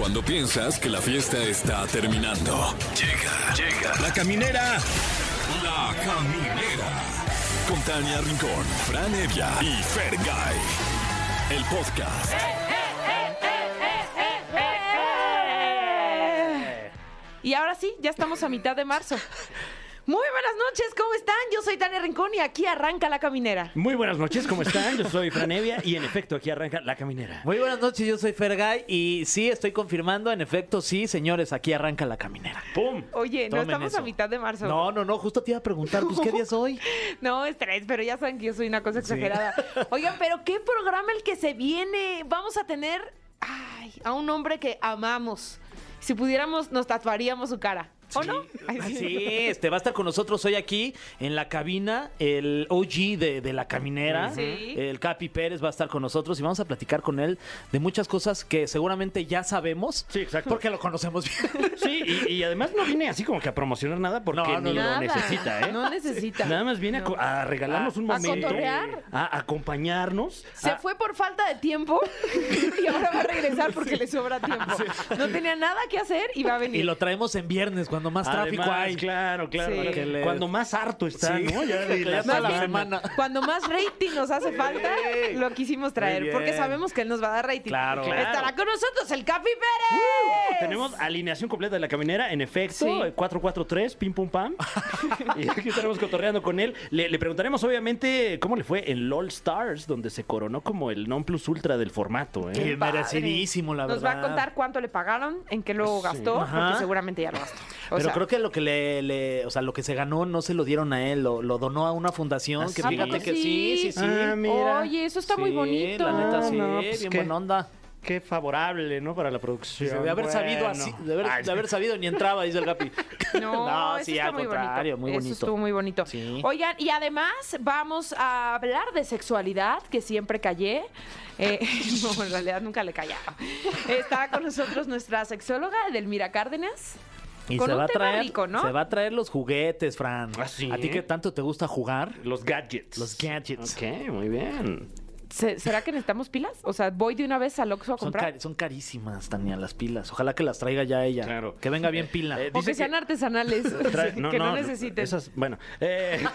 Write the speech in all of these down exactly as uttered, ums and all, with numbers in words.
Cuando piensas que la fiesta está terminando. Llega, llega. La Caminera. La Caminera. Con Tania Rincón, Fran Evia y Fergay. El podcast. Y ahora sí, ya estamos a mitad de marzo. Muy buenas noches, ¿cómo están? Yo soy Tania Rincón y aquí arranca La Caminera. Muy buenas noches, ¿cómo están? Yo soy Fran Evia y en efecto aquí arranca La Caminera. Muy buenas noches, yo soy Fergay y sí, estoy confirmando, en efecto, sí, señores, aquí arranca La Caminera. ¡Pum! Oye, no Tomen estamos eso. a mitad de marzo. No, no, no, justo te iba a preguntar, pues, ¿qué día es hoy? No, estrés, pero ya saben que yo soy una cosa exagerada. Oigan, pero ¿qué programa el que se viene? Vamos a tener ay, a un hombre que amamos. Si pudiéramos, nos tatuaríamos su cara. ¿O no? Ay, sí. Sí, este va a estar con nosotros hoy aquí en la cabina, el O G de, de La Caminera, Sí. el Capi Pérez va a estar con nosotros y vamos a platicar con él de muchas cosas que seguramente ya sabemos. Sí, exacto. Porque lo conocemos bien. Sí, y, y además no viene así como que a promocionar nada porque No, no, ni Nada. lo necesita, ¿eh? No necesita. Nada más viene a No. co- a, regalarnos un A momento. cotorrear. A acompañarnos. Se a- fue por falta de tiempo y ahora va a regresar porque le sobra tiempo. No tenía nada que hacer y va a venir. Y lo traemos en viernes, cuando más tráfico Además, hay. Claro, claro. Sí. para que le- Cuando más harto está, Sí. ¿no? Ya de Ya la está la semana. semana. Cuando más rating nos hace falta, lo quisimos traer. Muy bien. Porque sabemos que él nos va a dar rating. Claro. Claro. Estará con nosotros el Capi Pérez. Tenemos alineación completa de La Caminera, en efecto, Sí. cuatro cuatro tres, pim pum pam. Y aquí estaremos cotorreando con él. Le, le preguntaremos, obviamente, cómo le fue en LOL Stars, donde se coronó como el non plus ultra del formato. Qué ¿eh? merecidísimo, la Nos verdad. va a contar cuánto le pagaron, en qué lo gastó, Ajá. porque seguramente ya lo gastó. O Pero sea, creo que lo que le, le- o sea, lo que se ganó no se lo dieron a él, lo, lo donó a una fundación. ¿Ah, que sí? fíjate ¿A poco que sí, sí? sí, sí. Ah, mira. Oye, eso está muy Sí, bonito. La neta sí, Ah, no, pues bien qué- buena onda. Qué favorable, ¿no? Para la producción. De haber sabido Bueno. así, de haber, Ay, de haber sabido ni entraba, dice el Gapi. No, eso sí, está al muy contrario, bonito. muy Eso bonito. estuvo muy bonito. Sí. Oigan, y además vamos a hablar de sexualidad, que siempre callé. Eh, no, en realidad nunca le callaba. Está con nosotros nuestra sexóloga, Edelmira Cárdenas. Y Con se un va a tema traer, rico, ¿no? se va a traer los juguetes, Fran. ¿Ah, sí? ¿A ti que tanto te gusta jugar? Los gadgets. Los gadgets. Ok, muy bien. ¿Se- ¿Será que necesitamos pilas? O sea, voy de una vez al Oxxo a Son, comprar. cari- son carísimas, Tania, las pilas. Ojalá que las traiga ya ella. Claro. Que venga bien pila. Eh, O dice que sean que- artesanales, Trae- que no, necesiten. Esas, bueno. Eh,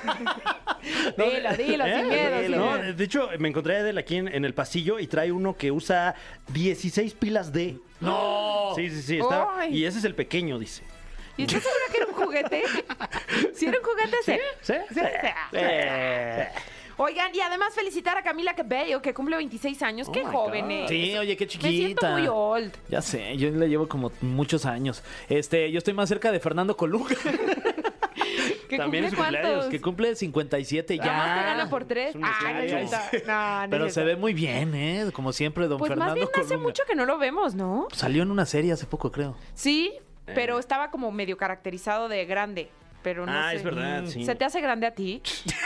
Dilo, dilo, sin miedo, sin no, miedo. de hecho, me encontré a él aquí en, en el pasillo y trae uno que usa dieciséis pilas de. ¡No! Sí, sí, sí. Está, Ay. y ese es el pequeño, dice. ¿Y estás segura que era un juguete? ¿Sí era un juguete? Sí. ¿Sí? Sí, sí. Eh. Oigan, y además felicitar a Camila Cabello, que cumple veintiséis años. ¡Qué my joven God. es! Sí, oye, qué Me siento chiquita. muy old. Ya sé, yo le llevo como muchos años. Este, yo estoy más cerca de Fernando Colunga, ¿Que También cumple es su cumpleaños, cuántos? que cumple cincuenta y siete ya. Nada más te gana por tres. Es un Ah, no es muchacho. cierto. No, no Pero es se cierto. ve muy bien, ¿eh? Como siempre, don Pues Fernando más bien hace Colunga. mucho que no lo vemos, ¿no? Salió en una serie hace poco, creo. Sí, pero estaba como medio caracterizado de grande. Pero no Ah, sé. es verdad, sí. ¿Se te hace grande a ti?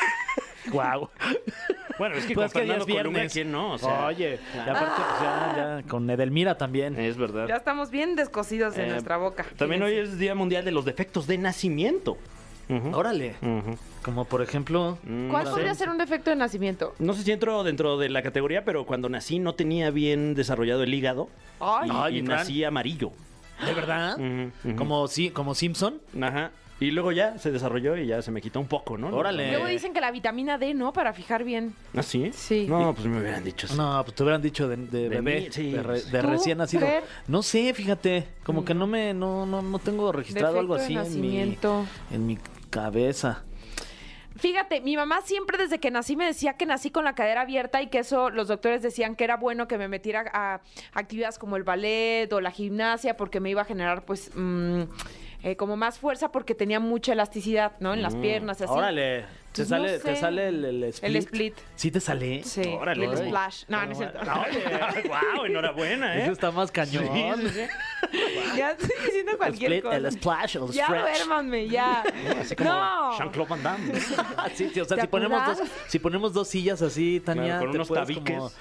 Guau. Bueno, es que Pues con que ya es Fernando Colunga, viernes. ¿quién no? O sea, Oye, y aparte, pues, ya, ya, con Edelmira también. es verdad. Ya estamos bien descosidos en Eh, nuestra boca. También hoy Fíjense. es Día Mundial de los Defectos de Nacimiento. Ujú. Órale. Ujú. Como por ejemplo. Mm, ¿Cuál no sé. podría ser un defecto de nacimiento? No sé si entro dentro de la categoría, pero cuando nací no tenía bien desarrollado el hígado Ay, y, Ay, y mi Fran. nací amarillo. ¿De verdad? Ujú, ujú. Como, sí, como Simpson. Ajá. Y luego ya se desarrolló y ya se me quitó un poco, ¿no? Órale. luego dicen que la vitamina D, ¿no? Para fijar bien. ¿Ah, sí? Sí. No, pues me hubieran dicho eso. No, pues te hubieran dicho de, de De bebé, mí, sí. de, re- de ¿Tú, recién nacido. Fer? No sé, fíjate, como que no me, no, no, no tengo registrado Defecto algo de así en mi, nacimiento. en mi cabeza. Fíjate, mi mamá siempre desde que nací me decía que nací con la cadera abierta y que eso los doctores decían que era bueno que me metiera a actividades como el ballet o la gimnasia porque me iba a generar pues mm, eh, como más fuerza porque tenía mucha elasticidad, ¿no? En las piernas y así. Órale, ¿te Pues no sale, sé. te sale el, el split? El split. ¿Sí te sale? Sí, Órale. el splash. No, no es cierto. ¡Wow! Enhorabuena, ¿eh? Eso está más cañón. Sí, sí, sí. Ya estoy diciendo El cualquier split, cosa. el splash, el Ya, stretch. duérmanme, ya. Así como No. Jean-Claude Van Damme. Sí, sí, o sea, ¿Te si ponemos, dos, acuerdas? si ponemos dos sillas así, Tania, Claro, con te unos puedes tabiques. como-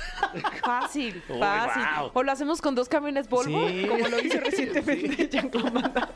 Fácil, Uy, fácil. wow. O lo hacemos con dos camiones Volvo, Sí. como lo hizo recientemente Jean-Claude Van Damme.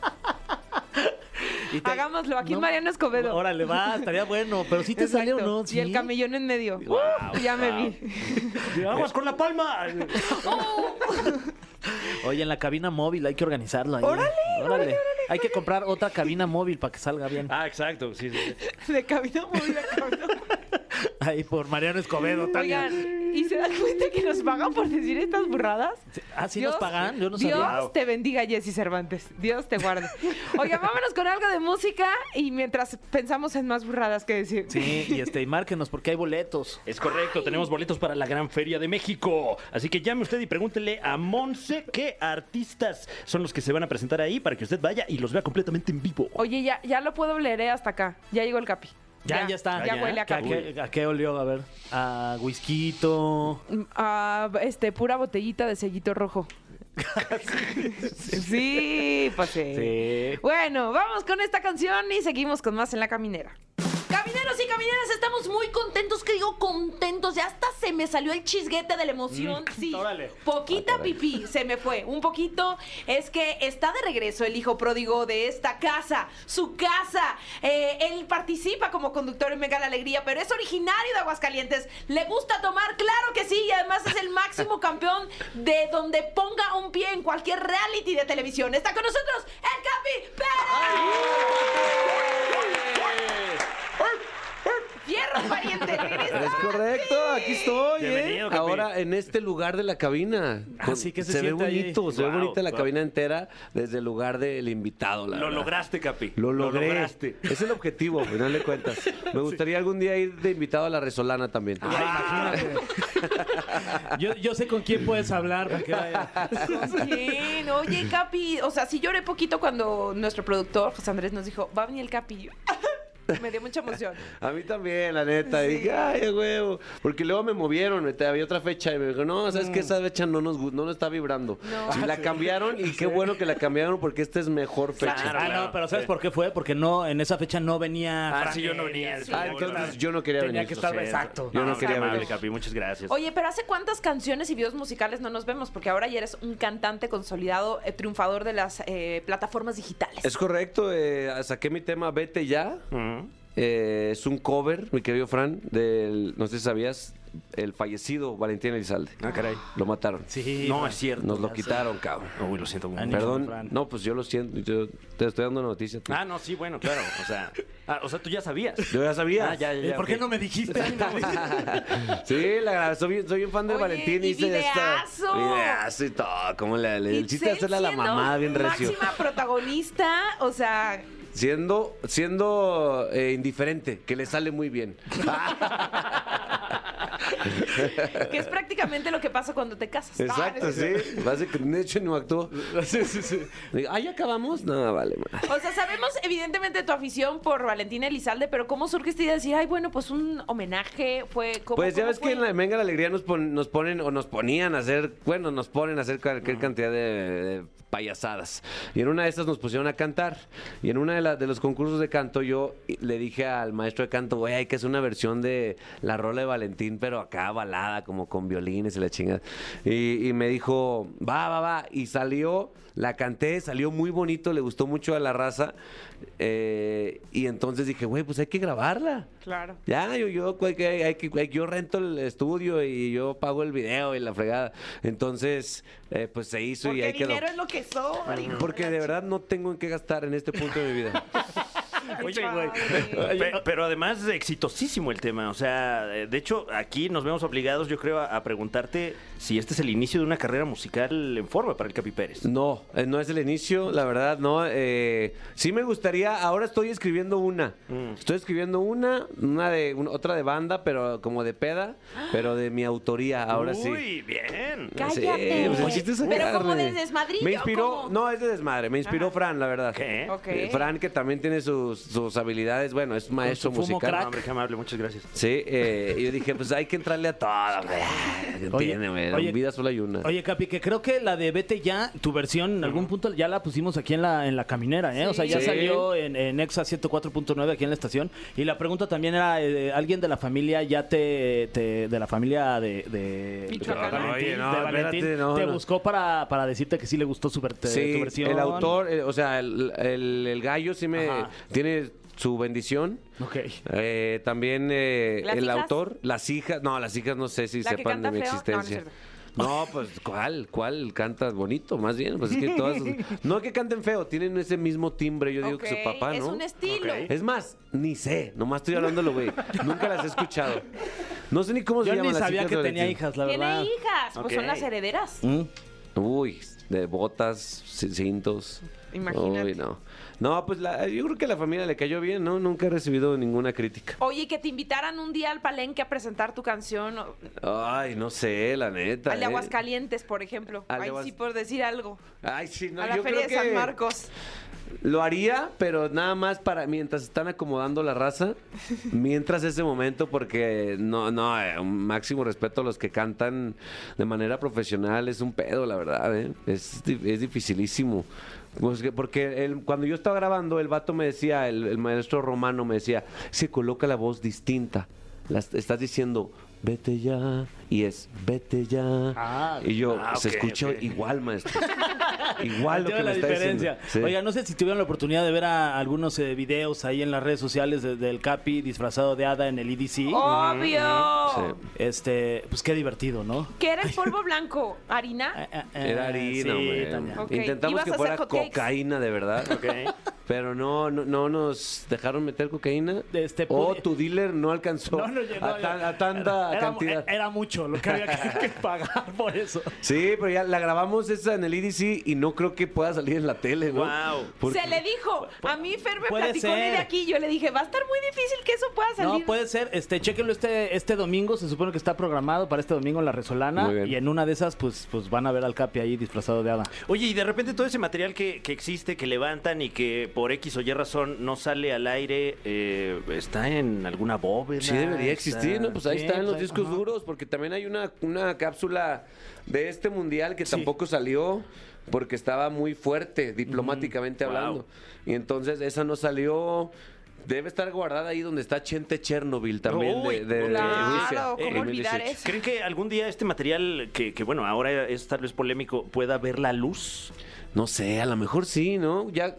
y te- Hagámoslo aquí en No, Mariano Escobedo. Órale, va, estaría bueno. Pero sí te Exacto. sale o no, sí. Y el camellón en medio. Wow, Uh, ya me wow. vi. ¡Aguas con la palma! Oye, en la cabina móvil hay que organizarlo. Ahí. Órale, órale, Hay que comprar otra cabina móvil para que salga bien. Ah, exacto. Sí, sí, sí. De cabina móvil a cabina móvil. Ahí por Mariano Escobedo también. Oigan, ¿y se dan cuenta que nos pagan por decir estas burradas? ¿Ah, sí Dios- nos pagan? Yo no Dios sabía. te bendiga, Jessy Cervantes. Dios te guarde. Oigan, vámonos con algo de música y mientras pensamos en más burradas que decir. Sí, y este, y márquenos porque hay boletos. Es correcto, tenemos boletos para la Gran Feria de México. Así que llame usted y pregúntele a Monse qué artistas son los que se van a presentar ahí para que usted vaya y los vea completamente en vivo. Oye, ya, ya lo puedo leer eh, hasta acá. Ya llegó el Capi. Ya, ya, está. Ya, ya. huele a ¿A Capi. qué, a qué olió? A ver. A whiskyito. Ah, este, pura botellita de sellito rojo. Sí, pues sí. Sí. Bueno, vamos con esta canción y seguimos con más en La Caminera. Camineros y camineras, estamos muy contentos, que digo contentos, ya hasta se me salió el chisguete de la emoción, sí, órale. poquita pipí, se me fue, un poquito, es que está de regreso el hijo pródigo de esta casa, su casa, eh, él participa como conductor en Mega la Alegría, pero es originario de Aguascalientes, le gusta tomar, claro que sí, y además es el máximo campeón de donde ponga un pie en cualquier reality de televisión, está con nosotros el Capi Pérez. Fierro, pariente, regresa. Es correcto, aquí estoy, Bienvenido, ¿eh? Capi. Ahora en este lugar de la cabina. Ah, Con- sí, ¿qué se se ve siente ahí? bonito, se ve Wow, bonita la wow. cabina entera desde el lugar del invitado, la Lo verdad. lograste, Capi. Lo logré. lograste. Es el objetivo, al final de cuentas. Me gustaría algún día ir de invitado a la Resolana también. Ah, imagínate. Yo, yo sé con quién puedes hablar para que vaya. Bien, oye, Capi, o sea, sí lloré poquito cuando nuestro productor, José Andrés, nos dijo, va a venir el Capi. Me dio mucha emoción. A mí también, la neta. Y Sí. dije, ay, a huevo. Porque luego me movieron, me- había otra fecha y me dijo, no, ¿sabes qué? Esa fecha no nos, gu- no nos está vibrando. No. Y la cambiaron y qué bueno que la cambiaron porque esta es mejor fecha. Claro. Ah, no, pero ¿sabes Sí. por qué fue? Porque no, en esa fecha no venía. Ah, Fran sí, yo no Evia, venía. sí. Ah, entonces yo no quería Tenía venir. que estar lo siento. exacto. Yo no, qué quería amable, venir. Capi, muchas gracias. Oye, pero ¿hace cuántas canciones y videos musicales no nos vemos? Porque ahora ya eres un cantante consolidado, eh, triunfador de las eh, plataformas digitales. Es correcto, eh, saqué mi tema Vete Ya. Ujú. Eh, es un cover, mi querido Fran, del, no sé si sabías, el fallecido Valentín Elizalde. Ah, caray. Lo mataron. Sí. No, Fran. es cierto. Nos lo quitaron, cabrón. Uy, lo siento muy Ánimo, mucho. Perdón, Fran. no, pues yo lo siento, yo te estoy dando noticias. Ah, no, sí, bueno, claro. O sea, ah, o sea, tú ya sabías. Yo ya sabía. Ah, ya, ya, ¿Y ya, por qué ok. no me dijiste? Sí, la, soy, bien- soy un fan de Oye, Valentín. y hice esta- videazo. Videazo y todo. Como le, le, el chiste de Itzel hacerle a la siendo mamá bien recio. máxima protagonista, o sea, Siendo, siendo eh, indiferente, que le sale muy bien. que es prácticamente lo que pasa cuando te casas. Exacto, Ah, sí. Básicamente, de hecho, no actuó. Sí, sí, sí. Digo, ah, ¿ya acabamos? No, vale, ma. O sea, sabemos evidentemente tu afición por Valentina Elizalde, pero ¿cómo surge esta idea de decir, ay, bueno, pues un homenaje fue como... Pues ya ves que en la Venga la Alegría nos, pon- nos ponen o nos ponían a hacer, bueno, nos ponen a hacer cualquier cantidad de, de payasadas. Y en una de estas nos pusieron a cantar. Y en uno de, la- de los concursos de canto yo le dije al maestro de canto, güey, hay que hacer una versión de la rola de Valentín, pero acá balada, como con violines y la chingada. Y, y me dijo, va, va, va. Y salió, la canté, salió muy bonito, le gustó mucho a la raza. Eh, y entonces dije, güey, pues hay que grabarla. Claro. Ya, yo, yo, hay que- hay que- hay- yo rento el estudio y yo pago el video y la fregada. Entonces, eh, pues se hizo y Porque ahí quedó. dinero es lo que soy. Porque de verdad no tengo en qué gastar en este punto de mi vida. Oye, güey. Pe- Pero además es exitosísimo el tema. O sea, eh, de hecho, aquí nos vemos obligados, yo creo, a, a preguntarte si este es el inicio de una carrera musical en forma para el Capi Pérez. No, eh, no es el inicio, la verdad, no. Eh, sí me gustaría, ahora estoy escribiendo una. Mm. Estoy escribiendo una, una de un- otra de banda, pero como de peda, pero de mi autoría, ahora sí. Uy, bien. Cállate. Sí, pues el chiste es Pero como de sacarle. desmadrillo, Me inspiró, ¿cómo? no, es de desmadre, me inspiró Ajá. Fran, la verdad. ¿Qué? Ok. Eh, Fran, que también tiene sus, sus habilidades, bueno, es maestro su fumo musical. crack. No, hombre, qué amable, muchas gracias. Sí, eh, y yo dije, pues hay que entrarle a todo, güey. Entiende, güey, oye, vida solo hay una. Oye, Capi, que creo que la de Vete Ya, tu versión, en algún punto ya la pusimos aquí en la, en la caminera, ¿eh? O sea, ya Sí. salió en, en Exa ciento cuatro punto nueve aquí en la estación. Y la pregunta también era, eh, ¿alguien de la familia ya te, te- de la familia de, de, Michoacán. de Valentín, Oye, no, de Valentín, espérate, no, te no. buscó para, para decirte que sí le gustó su, ver- tu Sí, versión? el autor, eh, o sea, el, el- el gallo sí me Ajá. tiene su bendición. Ok. Eh, también eh, ¿Las el hijas? autor, las hijas, no, las hijas no sé si La que sepan de canta mi feo. No, no es existencia. cierto. No, pues, ¿cuál? ¿Cuál canta bonito? Más bien, pues es que todas... No que canten feo, tienen ese mismo timbre, yo digo, Ok, que su papá, ¿no? Es un estilo. Ok. Es más, ni sé, nomás estoy hablándolo, güey. Nunca las he escuchado. No sé ni cómo se Yo llaman ni las sabía hijas que de tenía Valentín. hijas, la verdad. Tiene hijas, pues Ok. son las herederas. Mm. Uy, de botas, c- cintos. Imagínate. Uy, no. No, pues la- yo creo que a la familia le cayó bien, ¿no? Nunca he recibido ninguna crítica. Oye, que te invitaran un día al Palenque a presentar tu canción, o- Ay, no sé, la neta. al de ¿eh? Aguascalientes, por ejemplo. Al de Ay, Aguas- sí, por decir algo. Ay, sí, no, a la yo Feria creo de San que Marcos. lo haría, pero nada más para mientras están acomodando la raza, mientras ese momento, porque no, no, eh, un máximo respeto a los que cantan de manera profesional, es un pedo, la verdad, ¿eh? Es, di- es dificilísimo. Pues que- porque el- cuando yo estaba grabando, el vato me decía, el, el maestro Romano me decía, se coloca la voz distinta. Las- estás diciendo, vete ya, y es, vete ya. Ah, y yo, ah, se ok, escuchó ok. igual, maestro. Igual lo Entiendo que me la está diferencia. diciendo. Sí. Oiga, no sé si tuvieron la oportunidad de ver a algunos eh, videos ahí en las redes sociales de- del Capi disfrazado de hada en el E D C. ¡Obvio! Sí. Este, pues qué divertido, ¿no? ¿Qué era el polvo blanco? Ah, ¿Harina? ah, ah, Era harina, sí, hombre. Tania. Ok. Intentamos ¿Ibas que a hacer fuera hotcakes? cocaína de verdad. Ok. Pero no, no, no nos dejaron meter cocaína. Este, o pudi- tu dealer no alcanzó No, no llegó. a, tan- a tanta era, cantidad. Era mucho lo que había que, que pagar por eso. Sí, pero ya la grabamos esa en el E D C y no creo que pueda salir en la tele, ¿no? Guau. Porque- Se le dijo. A mí Fer me Puede platicó ser. de aquí. Yo le dije, va a estar muy difícil que eso pueda salir. No, puede ser. Este, chéquenlo este, este domingo. Se supone que está programado para este domingo en La Resolana. Muy bien. Y en una de esas, pues, pues van a ver al Capi ahí disfrazado de hada. Oye, y de repente todo ese material que, que existe, que levantan y que por X o Y razón no sale al aire, eh, ¿está en alguna bóveda? Sí debería ¿Está- existir, ¿no? Pues ahí Sí, están los pues ahí- discos ajá. duros, porque también hay una, una cápsula de este mundial que tampoco salió porque estaba muy fuerte diplomáticamente Wow. hablando. Y entonces esa no salió. Debe estar guardada ahí donde está Chente Chernobyl también Uy, de, de- de claro, Rusia. ¿cómo en olvidar dos mil dieciocho. eso? ¿Creen que algún día este material, que, que bueno, ahora es tal vez polémico, pueda ver la luz? No sé, a lo mejor sí, ¿no? Ya.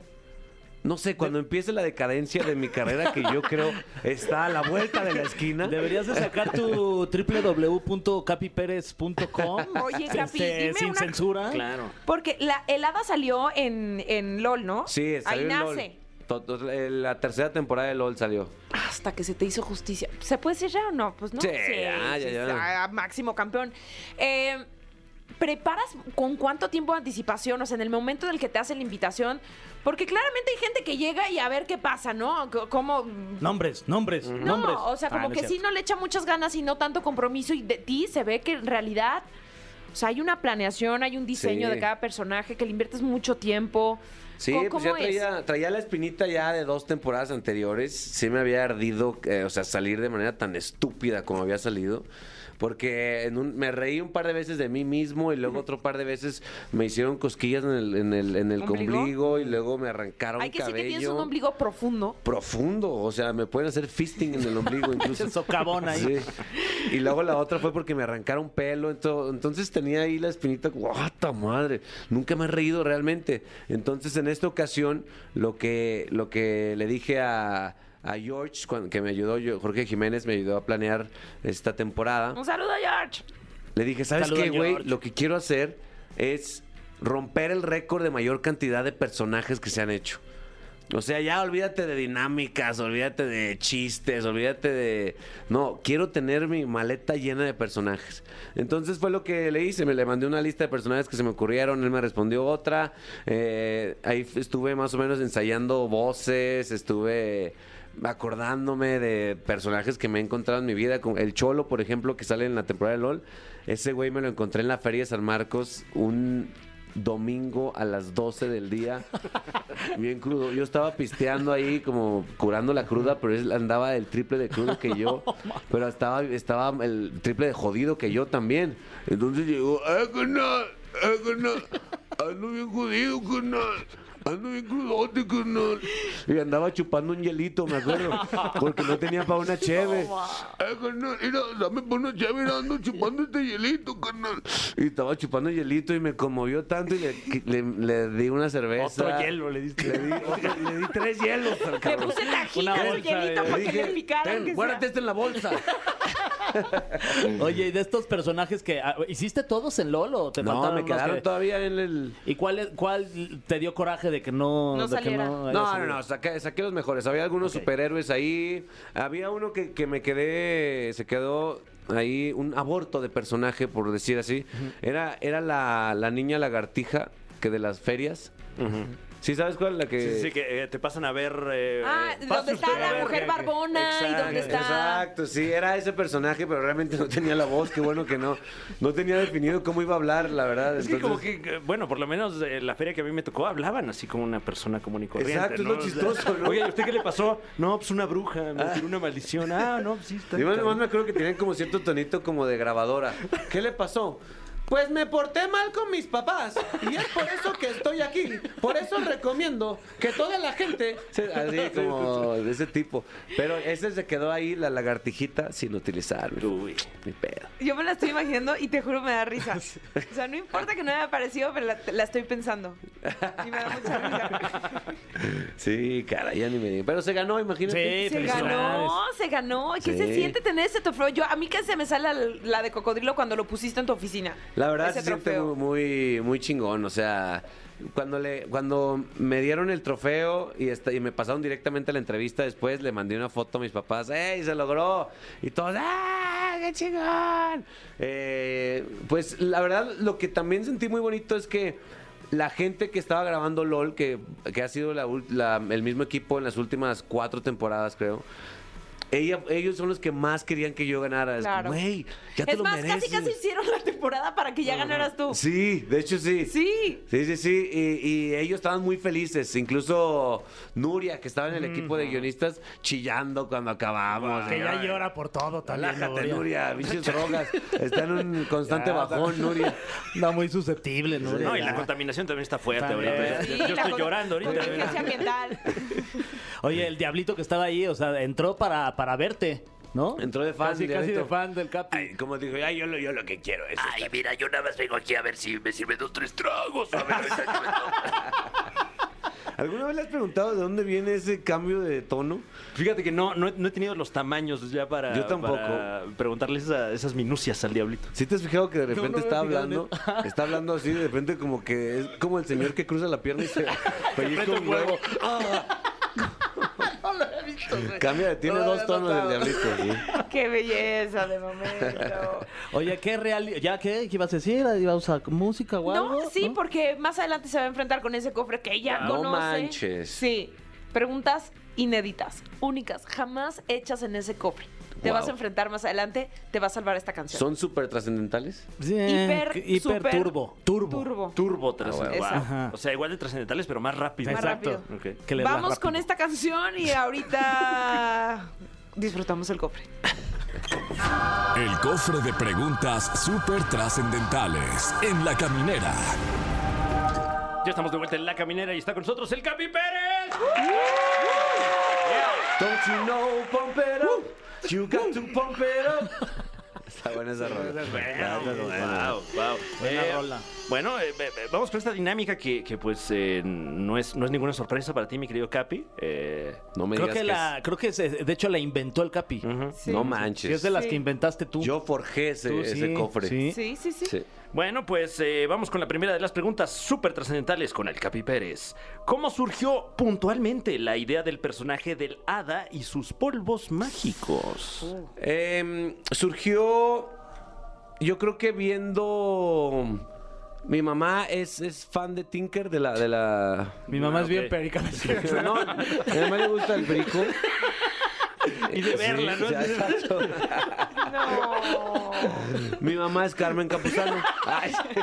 No sé, cuando empiece la decadencia de mi carrera, que yo creo está a la vuelta de la esquina. Deberías de sacar tu doble u doble u doble u punto capi pérez punto com. Oye, Capi, dime sin una- censura. Claro. Porque la helada salió en, en LOL, ¿no? Sí, Ahí salió en nace. LOL. To- to- eh, La tercera temporada de LOL salió. Hasta que se te hizo justicia. ¿Se puede decir ya o no? Pues no. Sí, ya, ya, ya. ah, máximo campeón. Eh, ¿Preparas con cuánto tiempo de anticipación? O sea, en el momento en el que te hacen la invitación. Porque claramente hay gente que llega y a ver qué pasa, ¿no? C- ¿Cómo? Nombres, nombres, No, nombres. o sea, Ah, como no es que sí cierto. no le echa muchas ganas y no tanto compromiso. Y de ti se ve que en realidad, o sea, hay una planeación, hay un diseño Sí. de cada personaje, que le inviertes mucho tiempo. Sí, ¿Cómo- pues ya cómo es? traía, traía la espinita ya de dos temporadas anteriores. Sí me había ardido, eh, o sea, salir de manera tan estúpida como había salido. Porque en un- me reí un par de veces de mí mismo y luego otro par de veces me hicieron cosquillas en el, en el, en el ¿Ombligo? ombligo y luego me arrancaron Hay que decir cabello. que tienes un ombligo profundo. Profundo, o sea, me pueden hacer fisting en el ombligo incluso. Ese socavón ahí. Sí. Y luego la otra fue porque me arrancaron pelo, ento- entonces tenía ahí la espinita, ¡guata madre! Nunca me he reído realmente. Entonces en esta ocasión lo que, lo que le dije a, a George, cuan- que me ayudó, yo- Jorge Jiménez me ayudó a planear esta temporada, Un saludo, George. le dije, ¿sabes Saluda, qué, güey? George. Lo que quiero hacer es romper el récord de mayor cantidad de personajes que se han hecho. O sea, ya olvídate de dinámicas, olvídate de chistes, olvídate de... No, quiero tener mi maleta llena de personajes. Entonces fue lo que le hice, me le mandé una lista de personajes que se me ocurrieron, él me respondió otra. Eh, ahí estuve más o menos ensayando voces, estuve acordándome de personajes que me he encontrado en mi vida. Con el Cholo, por ejemplo, que sale en la temporada de LOL. Ese güey me lo encontré en la Feria de San Marcos un domingo a las doce del día, bien crudo. Yo estaba pisteando ahí como curando la cruda, pero él andaba el triple de crudo que yo, pero estaba, estaba el triple de jodido que yo también. Entonces llegó, ¡eh, carnal! ¡eh, carnal! Ando bien jodido, carnal. Ando bien crudote, carnal. Y andaba chupando un hielito, me acuerdo, porque no tenía para una cheve. Eh, carnal, mira, dame para una cheve, mira, ando chupando este hielito, carnal. Y estaba chupando hielito y me conmovió tanto y le, le, le di una cerveza. Otro hielo le diste. Le di, otro- le di tres hielos al Le cabrón. puse tajín Una a su bolsa hielito de- para Le que dije, le picara. "Ten, aunque sea". guárdate esto en la bolsa. Oye, y de estos personajes que ah, ¿hiciste todos en LOL o te No, faltaron me unos quedaron que- todavía en el... ¿Y cuál, es- cuál te dio coraje de que no, No de que saliera. no, haya No, no, salido? no, saqué, saqué los mejores. Había algunos Ok. superhéroes ahí. Había uno que, que me quedé, se quedó ahí, un aborto de personaje, por decir así. Era, era la, la niña lagartija que de las ferias. ¿Sí sabes cuál? La que... Sí, sí, que eh, te pasan a ver. eh, Ah, eh, donde pase está usted a la ver, mujer que- barbona y Exacto, donde está. Exacto, sí, era ese personaje, pero realmente no tenía la voz. Qué bueno que no, no tenía definido cómo iba a hablar, la verdad. Es que como Entonces- que, eh, bueno, por lo menos eh, la feria que a mí me tocó hablaban así como una persona común y corriente. Exacto, es ¿no? lo O sea, chistoso, ¿no? Oye, ¿y usted qué le pasó? No, pues una bruja, me tiró una maldición. Ah, no, pues sí, está Y más, cabrón. más me acuerdo que tenían como cierto tonito como de grabadora. ¿Qué le pasó? Pues me porté mal con mis papás y es por eso que estoy aquí. Por eso recomiendo que toda la gente... se- Así como de ese tipo. Pero ese se quedó ahí, la lagartijita, sin utilizar. Mi, Uy. mi pedo. Yo me la estoy imaginando y te juro me da risa. O sea, no importa que no me haya parecido, pero la, la estoy pensando. Y me da mucha risa. Sí, cara, ya ni me digo. Pero se ganó, imagínate. Sí, Se felicidades. ganó, se ganó. ¿Qué se Sí. siente tener ese trofeo? Yo, a mí que se me sale la, la de cocodrilo cuando lo pusiste en tu oficina. La verdad Ese se siente trofeo. muy, muy, muy chingón, o sea, cuando le, cuando me dieron el trofeo y, esta- y me pasaron directamente a la entrevista después, le mandé una foto a mis papás, ¡ey, se logró! Y todos, ¡ah, qué chingón! Eh, pues la verdad, lo que también sentí muy bonito es que la gente que estaba grabando LOL, que, que ha sido la ul- la- el mismo equipo en las últimas cuatro temporadas, creo. Ella, ellos son los que más querían que yo ganara. Es como, Claro. güey, ya te Es lo más, mereces. casi casi hicieron la temporada para que ya ganaras tú. Sí, de hecho sí. Sí. Sí, sí, sí. Y, y ellos estaban muy felices. Incluso Nuria, que estaba en el equipo de guionistas, chillando cuando acabamos. Que ya Ay, llora por todo también. relájate, Nuria. Nuria, bichos drogas. Está en un constante Ya, bajón, Nuria. Está muy susceptible, ¿no? No, y la contaminación también está fuerte También. ahorita. Sí, Yo, yo la estoy con- llorando ahorita. Contingencia ambiental. Oye, el diablito que estaba ahí, o sea, entró para, para verte, ¿no? Entró de fan, Casi, casi diablito. de fan del Capi. Ay, como dijo, ay, yo, lo, yo lo que quiero es... Ay, mira, yo nada más vengo aquí a ver si me sirve dos, tres tragos. A ver, ahorita que me toca. ¿Alguna vez le has preguntado de dónde viene ese cambio de tono? Fíjate que no, no, he- no he tenido los tamaños ya para, Yo tampoco. para preguntarles esa- esas minucias al diablito. ¿Sí te has fijado que de repente no me he está fijado hablando? Está hablando así, de repente como que es como el señor que cruza la pierna y se pellizca un huevo. Ah. Cambia, tiene No lo dos había tonos el notado. diablito, sí. Qué belleza de momento. Oye, ¿qué real... ¿Ya qué? ¿Qué ibas a decir? ¿Ibas a usar música o algo? No, sí, porque más adelante se va a enfrentar con ese cofre que ella No conoce. manches. Sí. Preguntas inéditas, únicas, jamás hechas en ese cofre. Te Wow. vas a enfrentar más adelante, te va a salvar esta canción. ¿Son súper trascendentales? Sí, Hiper, hiper super turbo. Turbo. Turbo. Turbo trascendentales. Exacto. Ajá. O sea, igual de trascendentales, pero más rápido. Más Exacto. rápido. Ok. Que les va Vamos rápido. con esta canción y ahorita disfrutamos el cofre. El cofre de preguntas súper trascendentales en la caminera. Ya estamos de vuelta en La Caminera y está con nosotros el Capi Pérez. Don't you know, pump it up. You got to pump it up. Está buena esa rola. Wow, wow. Buena rola. Bueno, eh, eh, vamos con esta dinámica que, que, pues eh, no, es, no es ninguna sorpresa para ti, mi querido Capi. Eh, No me Creo digas que, la, creo que se- de hecho la inventó el Capi. ujú. es... No manches. Sí, es de las Sí. que inventaste tú. Yo forjé ese, Tú, ese sí, cofre. sí. Sí, sí, sí. Sí. Bueno, pues eh, vamos con la primera de las preguntas súper trascendentales con el Capi Pérez. ¿Cómo surgió puntualmente la idea del personaje del hada y sus polvos mágicos? Em, surgió, yo creo que viendo... Mi mamá es, es fan de Tinker, de la... De la... Mi mamá Ah, es bien ok. perica. No, a mi mamá le gusta el brico. Y de verla, ¿no? Sí, exacto. No. Mi mamá es Carmen Campuzano. Ay, sí.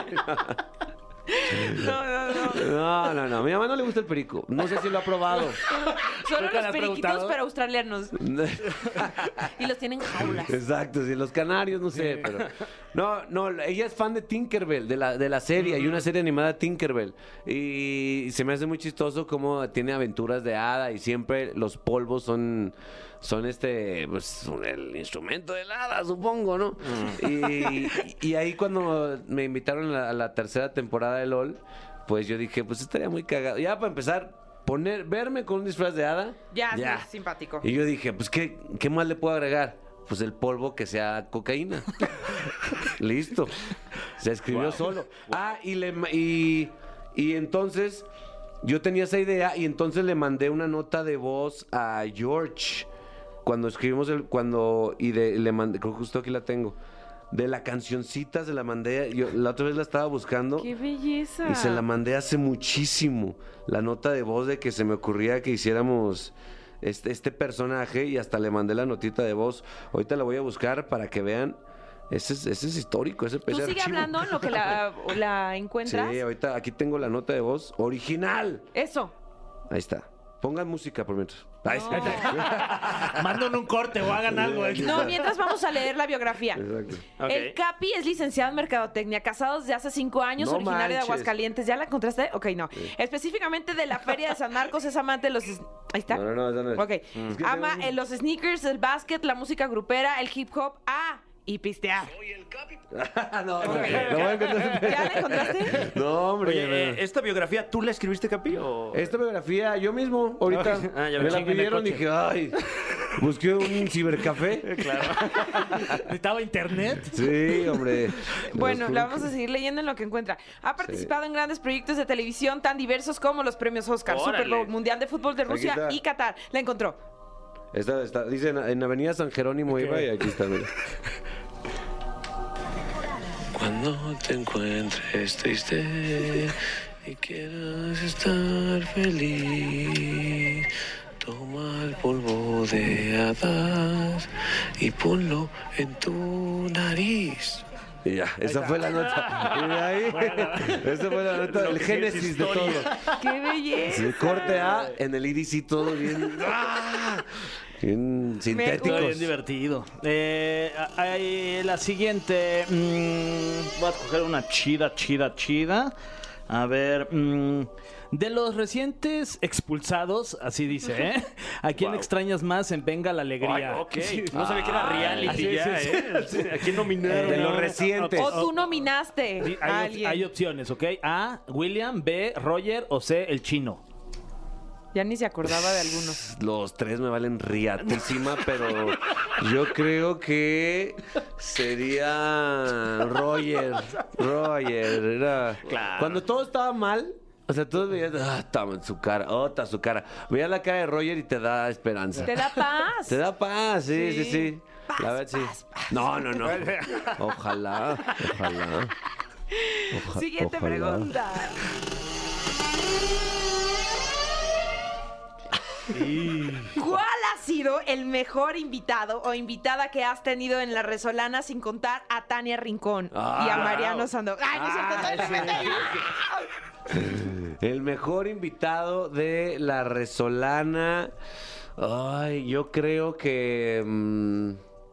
No, no, no. No, no, no. A mi mamá no le gusta el perico. No sé si lo ha probado. Solo ¿Nunca le los has periquitos, preguntado? pero australianos. Y los tienen en jaulas. Exacto, sí, los canarios, no sé, pero... No, no, ella es fan de Tinkerbell, de la, de la serie. Hay una serie animada Tinkerbell. Y se me hace muy chistoso cómo tiene aventuras de hada y siempre los polvos son... Son este, pues, el instrumento del hada, supongo, ¿no? Y, y ahí cuando me invitaron a la, a la tercera temporada de LOL, pues yo dije, pues estaría muy cagado. Ya para empezar, poner, verme con un disfraz de hada. Ya, es muy simpático. Y yo dije, pues, ¿qué, qué más le puedo agregar? pues el polvo que sea cocaína. Listo. Se escribió Wow. solo. Ah, y, le, ma- y, y entonces yo tenía esa idea y entonces le mandé una nota de voz a George. Cuando escribimos el, cuando, y de, le mandé, creo que justo aquí la tengo. De la cancioncita se la mandé, yo la otra vez la estaba buscando. ¡Qué belleza! Y se la mandé hace muchísimo. La nota de voz de que se me ocurría que hiciéramos este, este personaje y hasta le mandé la notita de voz. Ahorita la voy a buscar para que vean. Ese es, ese es histórico, ese Tú ese sigue archivo. hablando en lo que la, la encuentras. Sí, ahorita aquí tengo la nota de voz original. Eso. Ahí está. Pongan música por mientras. Ahí No. está. Manden un corte o hagan algo. ¿eh? No, mientras vamos a leer la biografía. Exacto. Ok. El Capi es licenciado en Mercadotecnia, casado desde hace cinco años, No originario de manches. Aguascalientes. ¿Ya la encontraste? Ok, no. Específicamente de la Feria de San Marcos, es amante de los... es- Ahí está. No, no, no, esa no es. Ok. Es que Ama tengo- eh, los sneakers, el básquet, la música grupera, el hip hop. Ah, y pistear. no, no, Ok. no voy a encontrar. ¿Ya la encontraste? No, hombre. Oye, no. eh, ¿esta biografía tú la escribiste, Capi? O... Esta biografía yo mismo, ahorita, Ah, ya me me la chingué en el pidieron y coche. dije, ay, busqué un cibercafé. Claro. ¿Necesitaba internet? Sí, hombre. Bueno, Los la juro vamos a que- seguir leyendo en lo que encuentra. Ha participado en grandes proyectos de televisión tan diversos como los premios Oscar, Órale. Super Bowl, Mundial de Fútbol de Aquí Rusia está. y Qatar. La encontró. Esta, esta, dice en, en Avenida San Jerónimo iba y aquí está, mira. Cuando te encuentres triste y quieras estar feliz, toma el polvo de hadas y ponlo en tu nariz. Y ya, esa fue la nota. Y de ahí, esa fue la nota, el génesis de todo. ¡Qué belleza! Sí, corte A, en el I D C todo bien, ¡ah! bien gusta. sintéticos. Bien divertido. Eh, a- ahí la siguiente. mm, voy a escoger una chida, chida, chida. A ver. mm, de los recientes expulsados, así dice, ¿eh? ¿A quién Wow. extrañas más en Venga la Alegría? Ay, ok. No sabía que era reality sí, ya, sí, ¿eh? ¿A quién nominaron? De los No. recientes. O tú nominaste Sí, a hay, op- alguien. hay opciones, ¿ok? A, William, B, Roger o C, el chino. Ya ni se acordaba de algunos. Los tres me valen riatísima, pero yo creo que sería Roger. Roger, era. Claro. Cuando todo estaba mal, o sea, todos veían, ah, estaba en su cara, oh, está su cara. Veías la cara de Roger y te da esperanza. ¿Te da paz? Te da paz, sí, sí, Sí. sí. Paz, La verdad, sí. paz, paz. No, no, no. Ojalá, ojalá. Oja- Siguiente ojalá. pregunta. ¿Cuál ha sido el mejor invitado o invitada que has tenido en La Resolana sin contar a Tania Rincón y a Ah, Mariano Sandoval? ¡Ay, no es cierto! Ah, ¡Estoy sí. El mejor invitado de La Resolana. Ay, yo creo que. mm,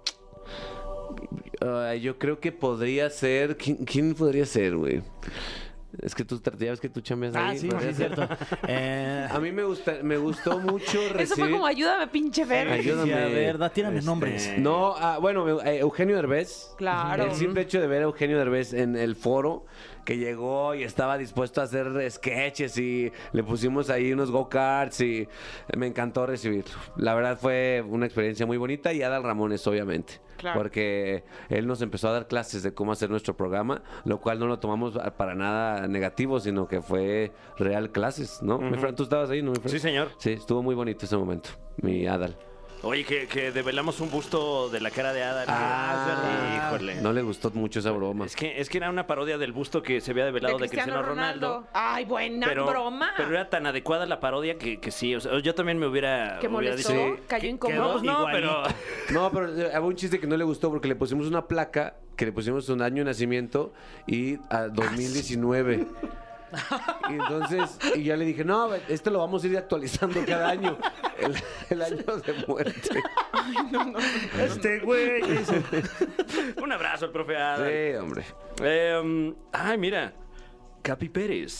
ay, yo creo que podría ser. ¿Quién, quién podría ser, güey? Es que tú tra- ya ves que tú chambeas Ah, ahí. sí, podría sí, ser. cierto. Eh, A mí me gusta, me gustó mucho recibir. Eso fue como ayúdame, pinche Fer. Ayúdame. sí, a ver, da, tírame Este, nombres. No, ah, bueno, eh, Eugenio Derbez. Claro. El simple hecho de ver a Eugenio Derbez en el foro, que llegó y estaba dispuesto a hacer sketches y le pusimos ahí unos go-karts y me encantó recibirlo. La verdad fue una experiencia muy bonita y Adal Ramones, obviamente. Claro. Porque él nos empezó a dar clases de cómo hacer nuestro programa, lo cual no lo tomamos para nada negativo, sino que fue real clases, ¿no? Mi Fran, ¿tú estabas ahí, no, mi Fran? Sí, señor. Sí, estuvo muy bonito ese momento, mi Adal. Oye, que, que develamos un busto de la cara de Ada. Ah, es verdad. Híjole. No le gustó mucho esa broma. Es que, es que era una parodia del busto que se había develado de Cristiano, Ronaldo. Ay, buena Pero, broma. pero era tan adecuada la parodia que, que sí. O sea, yo también me hubiera. ¿Qué hubiera molestó? dicho- ¿Cayó que- incómodo? que- pues no, Igualito. pero. No, pero eh, había un chiste que no le gustó porque le pusimos una placa que le pusimos un año de nacimiento y a dos mil diecinueve. Y entonces, y ya le dije, no, este lo vamos a ir actualizando cada año. El, el año de muerte. Este güey. Un abrazo al profe Ada. Sí, hombre. Eh, ay, mira. Capi Pérez.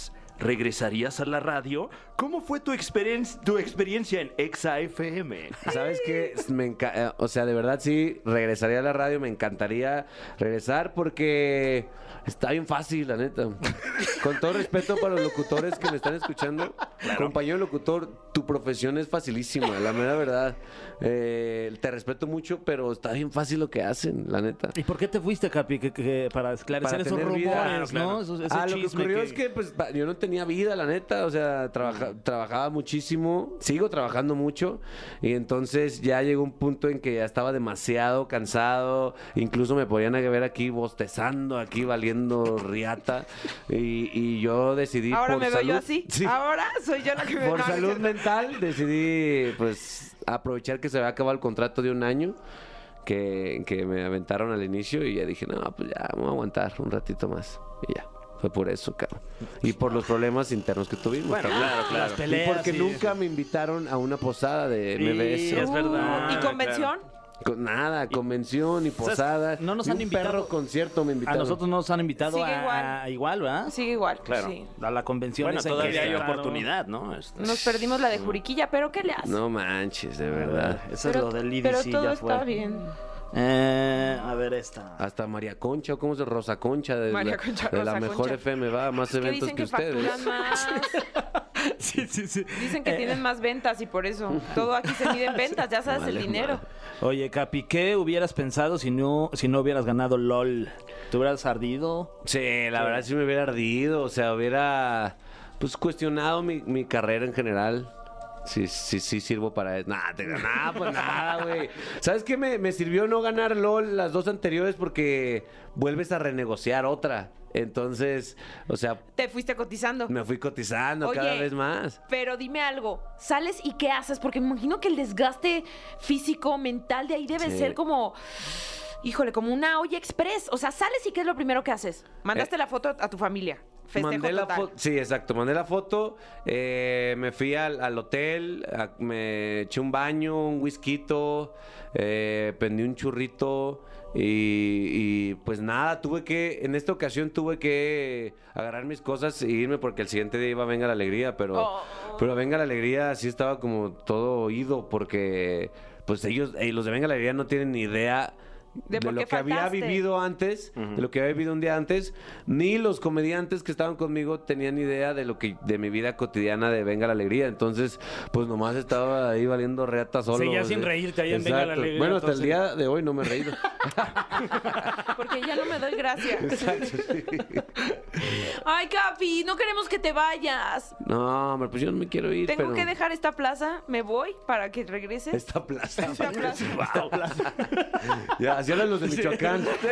¿regresarías a la radio? ¿Cómo fue tu, experien- tu experiencia en Exa F M? ¿Sabes qué? Me enca- eh, o sea, de verdad sí, regresaría a la radio. Me encantaría regresar porque está bien fácil, la neta. Con todo respeto para los locutores que me están escuchando, compañero locutor, tu profesión es facilísima, la mera verdad. Eh, te respeto mucho, pero está bien fácil lo que hacen, la neta. ¿Y por qué te fuiste, Capi? Que, que- para esclarecer Para esos tener rumores, vida. Claro, claro. ¿no? Esos- ese Ah, lo que chisme ocurrió es que pues, pa- yo no tenía vida, la neta. O sea, trabaja- trabajaba muchísimo. Sigo trabajando mucho. Y entonces ya llegó un punto en que ya estaba demasiado cansado. Incluso me podían ver aquí bostezando, aquí valiendo riata. Y, y yo decidí Ahora por me veo salud, yo así. Sí, Ahora soy yo la que me por no, no es salud cierto. mental decidí pues aprovechar que se había acabado el contrato de un año. Que, que me aventaron al inicio y ya dije, no, pues ya, vamos a aguantar un ratito más. Y ya, fue por eso, cabrón. Y por los problemas internos que tuvimos. Bueno, cabrón. claro, claro. Las peleas, Y porque sí. nunca me invitaron a una posada de M B S. Sí, es verdad. ¿Y convención? Con nada, convención y posada. no nos Ni han un invitado. perro concierto me A invitaron. nosotros nos han invitado Sigue a, igual. a igual, ¿verdad? Sigue igual. Claro. Sí. A la convención. Bueno, esa en todavía que hay está, ¿no? oportunidad, ¿no? Este- Nos perdimos la de Juriquilla, pero ¿qué le haces? No manches, de verdad. Eso es pero, lo del I D pero C, todo ya está fue. bien. Eh, a ver esta. Hasta María Concha, o cómo se Rosa Concha de María la, Concha, de la Rosa mejor Concha. F M va, más Es que eventos dicen que, que ustedes. facturan más. Sí, sí, sí. Dicen que tienen más ventas y por eso. Todo aquí se mide en ventas, ya sabes el Vale, dinero. Oye, Capi, ¿qué hubieras pensado si no, si no hubieras ganado LOL? ¿Te hubieras ardido? Sí, la verdad sí me hubiera ardido, o sea, hubiera pues cuestionado mi, mi carrera en general. Sí, sí, sí sirvo para eso. Nada, te- nada, pues nada, güey. ¿Sabes qué? Me, me sirvió no ganar LOL las dos anteriores porque vuelves a renegociar otra. Entonces, o sea, Te fuiste cotizando. me fui cotizando Oye, cada vez más. Pero dime algo, ¿sales y qué haces? Porque me imagino que el desgaste físico, mental de ahí debe Sí. ser como, híjole, como una olla express. O sea, ¿sales y qué es lo primero que haces? Mandaste Eh, la foto a tu familia. Festejo Mandé la total. foto, sí, exacto, mandé la foto, eh, me fui al, al hotel, a- me eché un baño, un whisky, eh, prendí un churrito y, y, pues nada, tuve que, en esta ocasión tuve que agarrar mis cosas e irme porque el siguiente día iba a Venga la Alegría, pero, Oh. pero Venga la Alegría sí estaba como todo oído porque pues ellos, eh, los de Venga la Alegría no tienen ni idea De de, por lo qué que había faltaste. vivido antes, de lo que había vivido un día antes, ni los comediantes que estaban conmigo tenían idea de lo que de mi vida cotidiana de Venga la Alegría. Entonces, pues nomás estaba ahí valiendo reata solo. Seguías sin o sea, reírte ahí en Venga la exacto. Alegría, Bueno, hasta el entonces. día de hoy no me he reído. Porque ya no me doy gracia. Exacto, sí. Ay, Capi, no queremos que te vayas. No, hombre, pues yo no me quiero ir, Tengo pero que dejar esta plaza, me voy para que regreses. esta plaza. Esta plaza. Ya, así hablan los de Michoacán.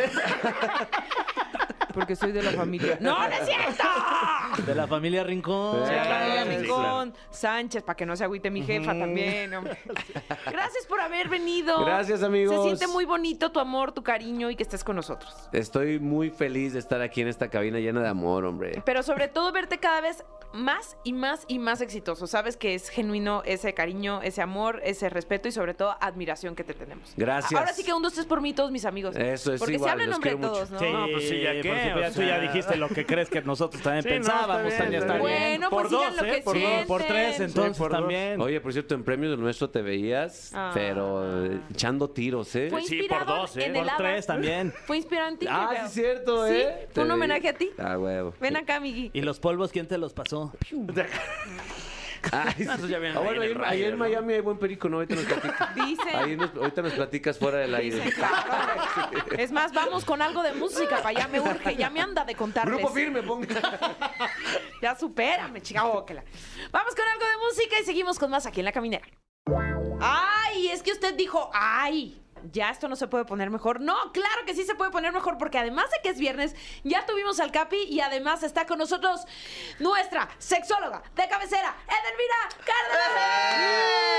Porque soy de la familia. ¡No, no es cierto! De la familia Rincón. Sí, La familia sí, Rincón, Sánchez, para que no se agüite mi jefa también. hombre. Gracias por haber venido. Gracias, amigos. Se siente muy bonito tu amor, tu cariño y que estés con nosotros. Estoy muy feliz de estar aquí en esta cabina llena de amor, hombre. Pero sobre todo verte cada vez más y más y más exitoso. Sabes que es genuino ese cariño, ese amor, ese respeto y sobre todo admiración que te tenemos. Gracias. Ahora sí que un, dos, tres por mí, todos mis amigos. Eso es Porque igual, se habla en los nombre de quiero todos, mucho. ¿no? No, pues sí, ya por qué, supuesto, o tú ya sea. dijiste lo que crees que nosotros también Sí, no, pensábamos. está bien, Tania, está está bien. bien. Bueno, pues Por digan dos, lo ¿eh? que Por dos, sienten. Por tres, entonces por dos. también. Oye, por cierto, en Premios del Nuestro te veías, Ah. pero eh, echando tiros, ¿eh? Fue Sí, inspirado por dos, ¿eh? en Por el hada. tres también. Fue inspirado en ti. Ah, creo. sí es cierto, Sí, ¿eh? fue un Te homenaje vi. a ti. Ah, huevo. Ven acá, Migui. ¿Y los polvos quién te los pasó? Ay, sí. Esos ya vienen Ah, ahí bueno, en ahí, el en- ahí radio, en ¿no? Miami hay buen perico, ¿no? Ahorita nos platicas. Dicen. Ahí nos- ahorita nos platicas fuera del aire. Dicen, claro. Es más, vamos con algo de música para allá, me urge, ya me anda de contarles. Grupo firme, ponga. Ya supérame, chica óquela. Vamos con algo de música y seguimos con más aquí en La Caminera. Ay, es que usted dijo, ay, ya esto no se puede poner mejor. No, claro que sí se puede poner mejor porque además de que es viernes, ya tuvimos al Capi y además está con nosotros nuestra sexóloga de cabecera, Edelmira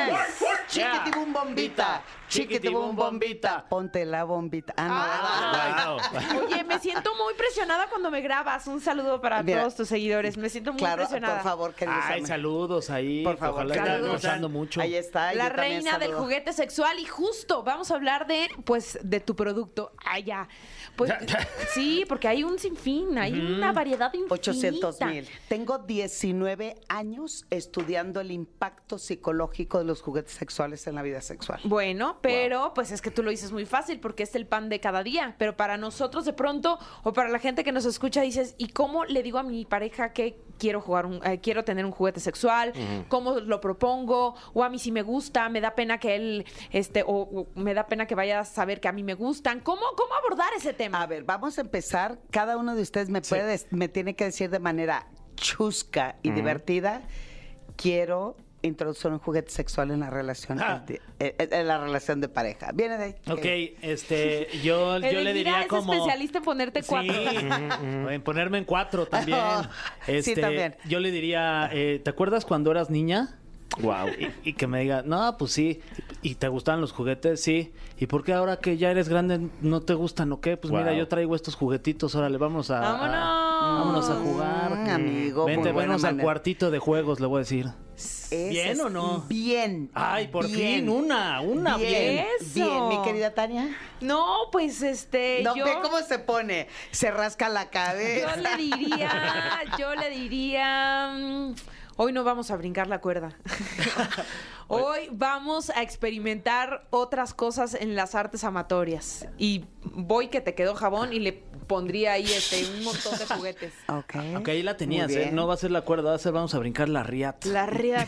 Chiquitibum bombita. Chiquitibum bombita. Ponte la bombita. Ah, no. Wow. Oye, me siento muy presionada cuando me grabas. Un saludo para Mira, todos tus seguidores. Me siento muy claro, presionada. Por favor, queridos. Ay, amigos. saludos ahí. Por favor, ojalá estén gozando mucho. Ahí está. La reina del juguete sexual. Y justo vamos a hablar de, pues, de tu producto. Ah, ya. Pues, sí, porque hay un sinfín. Hay mm. una variedad infinita. ochocientos mil. Tengo diecinueve años estudiando el impacto psicológico de los juguetes sexuales en la vida sexual. Bueno, pero wow. pues es que tú lo dices muy fácil porque es el pan de cada día. Pero para nosotros de pronto, o para la gente que nos escucha, dices, ¿y cómo le digo a mi pareja que quiero jugar, un, eh, quiero tener un juguete sexual? Uh-huh. ¿Cómo lo propongo? O a mí sí me gusta, me da pena que él, este, o, o me da pena que vaya a saber que a mí me gustan. ¿Cómo, cómo abordar ese tema? A ver, vamos a empezar. Cada uno de ustedes me puede, sí. me tiene que decir de manera chusca y uh-huh. divertida, quiero introducir un juguete sexual en la relación ah. de, en la relación de pareja. Viene de ahí. Ok, este, yo, yo le diría es como... especialista en ponerte cuatro. Sí, en ponerme en cuatro también. Este, sí, también. Yo le diría, eh, ¿te acuerdas cuando eras niña? Wow. Y, y que me diga, no, pues sí. ¿Y te gustaban los juguetes? Sí. ¿Y por qué ahora que ya eres grande no te gustan o qué? Pues wow. mira, yo traigo estos juguetitos, órale, vamos a... ¡Vámonos! A, vámonos a jugar. Mm, amigo, Vente, vámonos al cuartito de juegos, le voy a decir. Ese ¿Bien o no? Bien. Ay, por bien. fin, una, una bien. Bien, bien, mi querida Tania. No, pues este, no, yo... ve cómo se pone, se rasca la cabeza. Yo le diría, yo le diría... Um, hoy no vamos a brincar la cuerda. Hoy vamos a experimentar otras cosas en las artes amatorias. Y voy que te quedó jabón y le pondría ahí este un montón de juguetes. Ok. Ok, ahí la tenías, ¿eh? No va a ser la cuerda, va a ser vamos a brincar la riata. La riata.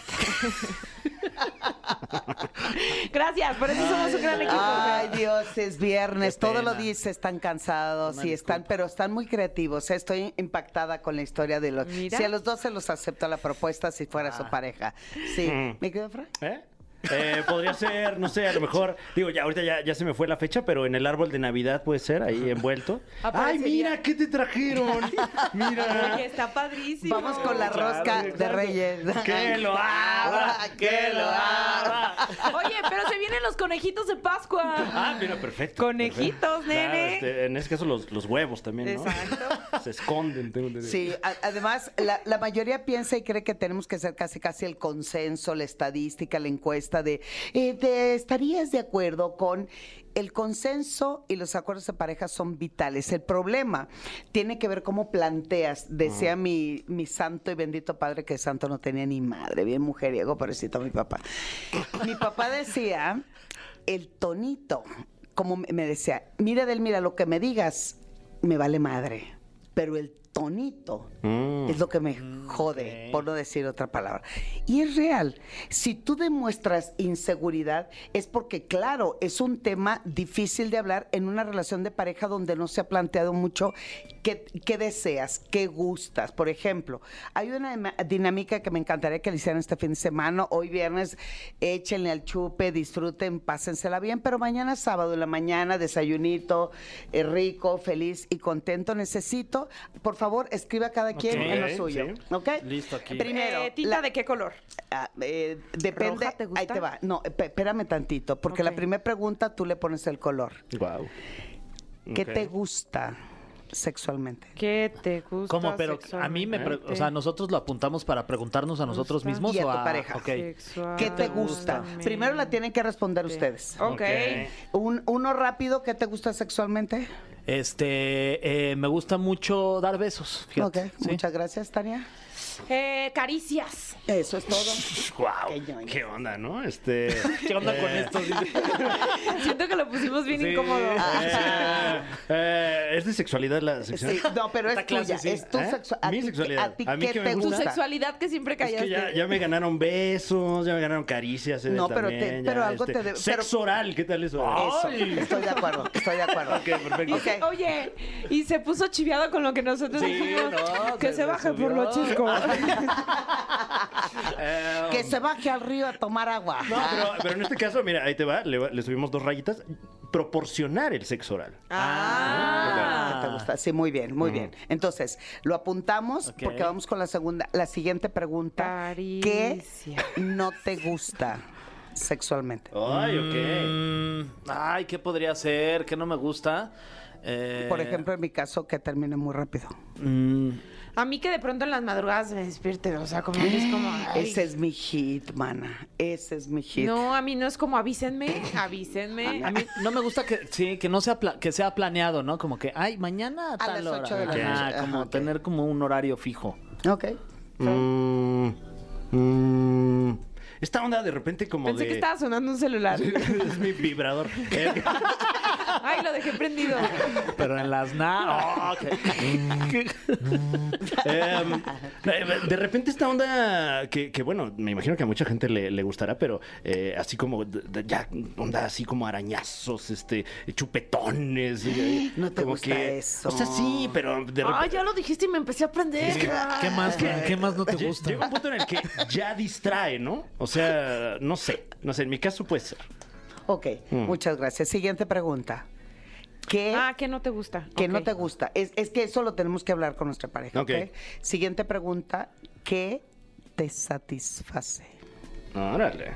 Gracias, por eso somos un gran equipo. Ay, Dios, es viernes. Todo lo dice, están cansados y están, pero están muy creativos. Estoy impactada con la historia de los. Mira. Si a los dos se los acepto la propuesta si fuera ah. su pareja. Sí. Mm. ¿Me quedo, Fran? ¿Eh? Eh, podría ser, no sé, a lo mejor, digo, ya ahorita ya, ya se me fue la fecha, pero en el árbol de Navidad puede ser, ahí envuelto. ¡Ay, mira, qué te trajeron! Mira. Oye, está padrísimo. Vamos con la rosca claro, de Reyes. ¡Que lo abra! ¡Que lo abra! Oye, pero se vienen los conejitos de Pascua. Ah, mira, perfecto. Conejitos, perfecto. nene. Claro, este, en ese caso los, los huevos también, ¿no? Exacto. Se esconden. Tengo que sí, a, además, la, la mayoría piensa y cree que tenemos que hacer casi casi el consenso, la estadística, la encuesta de... Eh, ¿Te estarías de acuerdo con el consenso y los acuerdos de pareja son vitales? El problema tiene que ver cómo planteas. Decía uh-huh. mi, mi santo y bendito padre, que santo no tenía ni madre, bien mujeriego, pobrecito mi papá. Mi papá decía, el tonito, como me decía, mira Delmira, lo que me digas me vale madre, pero el tonito mm. es lo que me jode, okay. por no decir otra palabra. Y es real. Si tú demuestras inseguridad, es porque, claro, es un tema difícil de hablar en una relación de pareja donde no se ha planteado mucho qué, qué deseas, qué gustas. Por ejemplo, hay una dinámica que me encantaría que le hicieran este fin de semana. Hoy viernes, échenle al chupe, disfruten, pásensela bien, pero mañana sábado en la mañana, desayunito, eh, rico, feliz y contento. Necesito, por favor, Por favor, escriba cada quien okay, en lo suyo. Sí. ¿Ok? Listo aquí. Primero, eh, ¿tinta la, de qué color? Ah, eh, depende. ¿Roja te gusta? Ahí te va. No, espérame tantito, porque okay. la primera pregunta tú le pones el color. Wow. ¿Qué okay. te gusta sexualmente? ¿Qué te gusta? ¿Cómo? Pero a mí me, pre- o sea, nosotros lo apuntamos para preguntarnos a nosotros gusta? mismos y a o tu a pareja. Okay. ¿Qué te gusta? Primero la tienen que responder okay. ustedes. Ok. okay. Un, uno rápido, ¿qué te gusta sexualmente? Este, eh, me gusta mucho dar besos. Fíjate. Ok, ¿sí? Muchas gracias, Tania. Eh, caricias. Eso es todo. Wow. Qué, ¿Qué onda, no? Este. ¿Qué onda eh... con esto? Siento que lo pusimos bien sí. incómodo. Eh, eh, ¿Es de sexualidad la sección? Sí, no, pero es tuya. Sí. Es tu ¿Eh? sexualidad. Mi sexualidad. ¿A ti a mí qué que te me gusta? Tu sexualidad que siempre callaste. Es que ya, ya me ganaron besos, ya me ganaron caricias. Eh, no, pero, también, te, pero ya, algo este, te debe... Sexo pero... oral, ¿qué tal eso? Eso, estoy de acuerdo, estoy de acuerdo. Ok, perfecto. Y se, oye, y se puso chiviado con lo que nosotros sí, dijimos. No, que se, se baje por lo chisco. eh, que se baje al río a tomar agua. No, pero, pero en este caso, mira, ahí te va, le, le subimos dos rayitas. Proporcionar el sexo oral. Ah. ¿Qué te gusta? Sí, muy bien, muy mm. bien. Entonces, lo apuntamos okay. porque vamos con la segunda, la siguiente pregunta. Caricia. ¿Qué no te gusta? sexualmente. Ay, ok. Ay, ¿qué podría ser? ¿Qué no me gusta? Eh, Por ejemplo, en mi caso, que termine muy rápido. mm, A mí que de pronto en las madrugadas me despierte, o sea, como que es como... ay. Ese es mi hit, mana. Ese es mi hit. No, a mí no es como avísenme, avísenme. a mí no me gusta que sí, que no sea pla- que sea planeado, ¿no? Como que, ay, mañana a A tal las hora. ocho de la Ajá, noche. como Ajá, ok. tener como un horario fijo. Ok. Mm, mm, esta onda de repente como Pensé de... que estaba sonando un celular. Es mi vibrador. Eh, Ay, lo dejé prendido. Pero en las na... Oh, ok. Em, eh, de repente esta onda que, que, bueno, me imagino que a mucha gente le, le gustará, pero eh, así como de- de- ya onda así como arañazos, este, chupetones. y- No te como gusta que, eso. O sea, sí, pero de repente... Ay, ya lo dijiste y me empecé a aprender. ¿Qué más, qué, qué más no te Lle- gusta? Llega un punto en el que ya distrae, ¿no? O sea, no sé, no sé, en mi caso puede ser. Ok, muchas gracias. Siguiente pregunta. ¿Qué, Ah, ¿qué no te gusta? qué no Ok. te gusta? Es, es que eso lo tenemos que hablar con nuestra pareja, ¿ok? Ok. Siguiente pregunta. ¿Qué te satisface? Órale.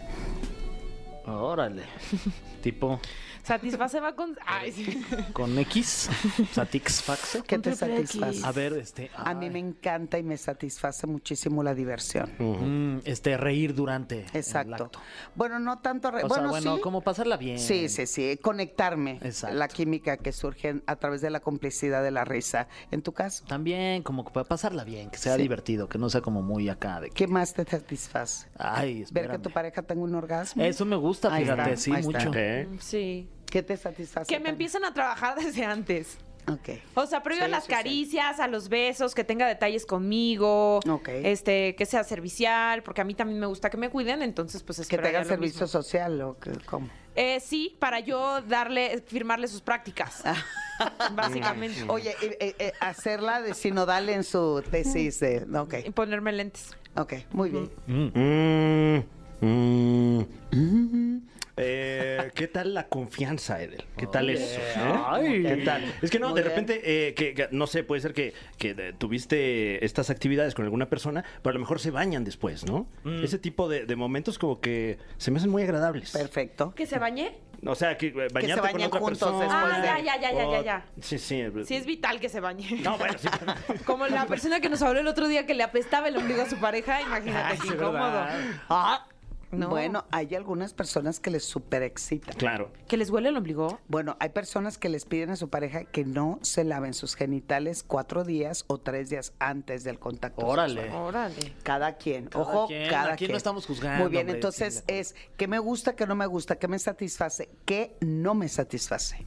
Órale. Tipo, Satisface va con... Ay, sí. con X, satisfaxe. ¿Qué te triple X. satisface? A ver, este... A mí ay. me encanta y me satisface muchísimo la diversión. Mm, este, reír durante el Exacto. acto. Bueno, no tanto... re- O bueno, sea, bueno, sí. como pasarla bien. Sí, sí, sí. Conectarme. Exacto. La química que surge a través de la complicidad de la risa. ¿En tu caso? También, como para pasarla bien, que sea Sí. divertido, que no sea como muy acá de que... ¿Qué más te satisface? Ay, ¿Ver espérame. que tu pareja tenga un orgasmo? Eso me gusta, Ahí fíjate, está, sí, ahí está. mucho. Ok. Sí. ¿Qué te satisface? Que me también? empiecen a trabajar desde antes. Ok. O sea, previo a Sí, las sí, sí. caricias, a los besos, que tenga detalles conmigo, Ok. este, que sea servicial, porque a mí también me gusta que me cuiden, entonces pues Que te esperaría hagan lo servicio mismo. social o que, ¿cómo? Eh, sí, para yo darle, firmarle sus prácticas, básicamente. Oye, eh, eh, eh, hacerla de sinodal en su tesis de... Ok, Y ponerme lentes. ok, muy bien. Mm, mm, mm. Eh, ¿Qué tal la confianza, Edel? ¿Qué tal eso? ¿eh? Ay. ¿Qué tal? Es que no, Muy de bien. repente, eh, que, que, no sé, puede ser que, que de- tuviste estas actividades con alguna persona, pero a lo mejor se bañan después, ¿no? Ese tipo de, de momentos como que se me hacen muy agradables. Perfecto. ¿Que se bañe? O sea, que eh, bañarte con bañen otra juntos persona. después Ah, de- ya, ya, ya, ya, ya, ya. Sí, sí. Sí, es vital que se bañe. No, bueno, sí. Como la persona que nos habló el otro día que le apestaba el ombligo a su pareja, imagínate Ay, qué sí, incómodo. ¿verdad? Ah, no. Bueno, hay algunas personas que les super excitan. Claro. ¿Que les huele el ombligo? Bueno, hay personas que les piden a su pareja que no se laven sus genitales cuatro días o tres días antes del contacto Órale. sexual. Órale. Cada quien. Cada Ojo, quien, cada aquí no quien. estamos juzgando, Muy bien, hombre, entonces sí, de es qué me gusta, qué no me gusta, qué me satisface, qué no me satisface.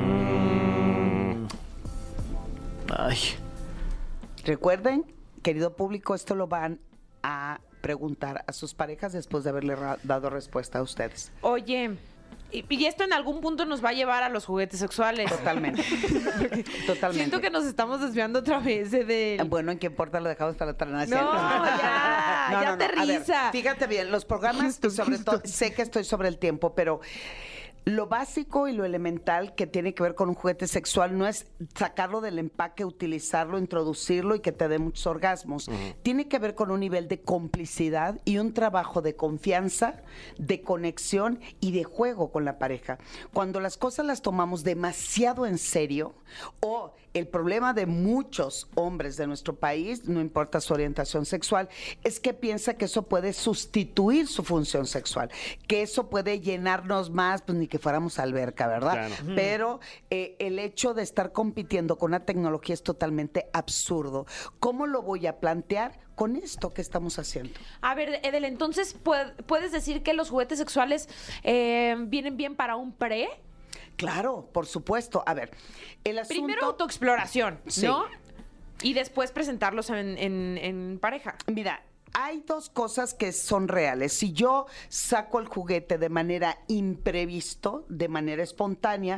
Ay. Recuerden, querido público, esto lo van a preguntar a sus parejas después de haberle ra- dado respuesta a ustedes. Oye, y, y esto en algún punto nos va a llevar a los juguetes sexuales. Totalmente. Totalmente. Siento que nos estamos desviando otra vez de... de- Bueno, ¿en qué importa? Lo dejamos para la otra noche. No, ya, ya A ver, aterriza. fíjate bien, los programas, y sobre todo, sé que estoy sobre el tiempo, pero lo básico y lo elemental que tiene que ver con un juguete sexual no es sacarlo del empaque, utilizarlo, introducirlo y que te dé muchos orgasmos. Tiene que ver con un nivel de complicidad y un trabajo de confianza, de conexión y de juego con la pareja. Cuando las cosas las tomamos demasiado en serio, o el problema de muchos hombres de nuestro país, no importa su orientación sexual, es que piensa que eso puede sustituir su función sexual, que eso puede llenarnos más, pues ni que fuéramos alberca, ¿verdad? Claro. Pero eh, el hecho de estar compitiendo con una tecnología es totalmente absurdo. ¿Cómo lo voy a plantear? Con esto que estamos haciendo. A ver, Edel, entonces, ¿pued- ¿puedes decir que los juguetes sexuales eh, vienen bien para un pre? Claro, por supuesto. A ver, el asunto... Primero autoexploración, Sí. ¿no? Y después presentarlos en, en- en pareja. Mira, hay dos cosas que son reales. Si yo saco el juguete de manera imprevisto, de manera espontánea,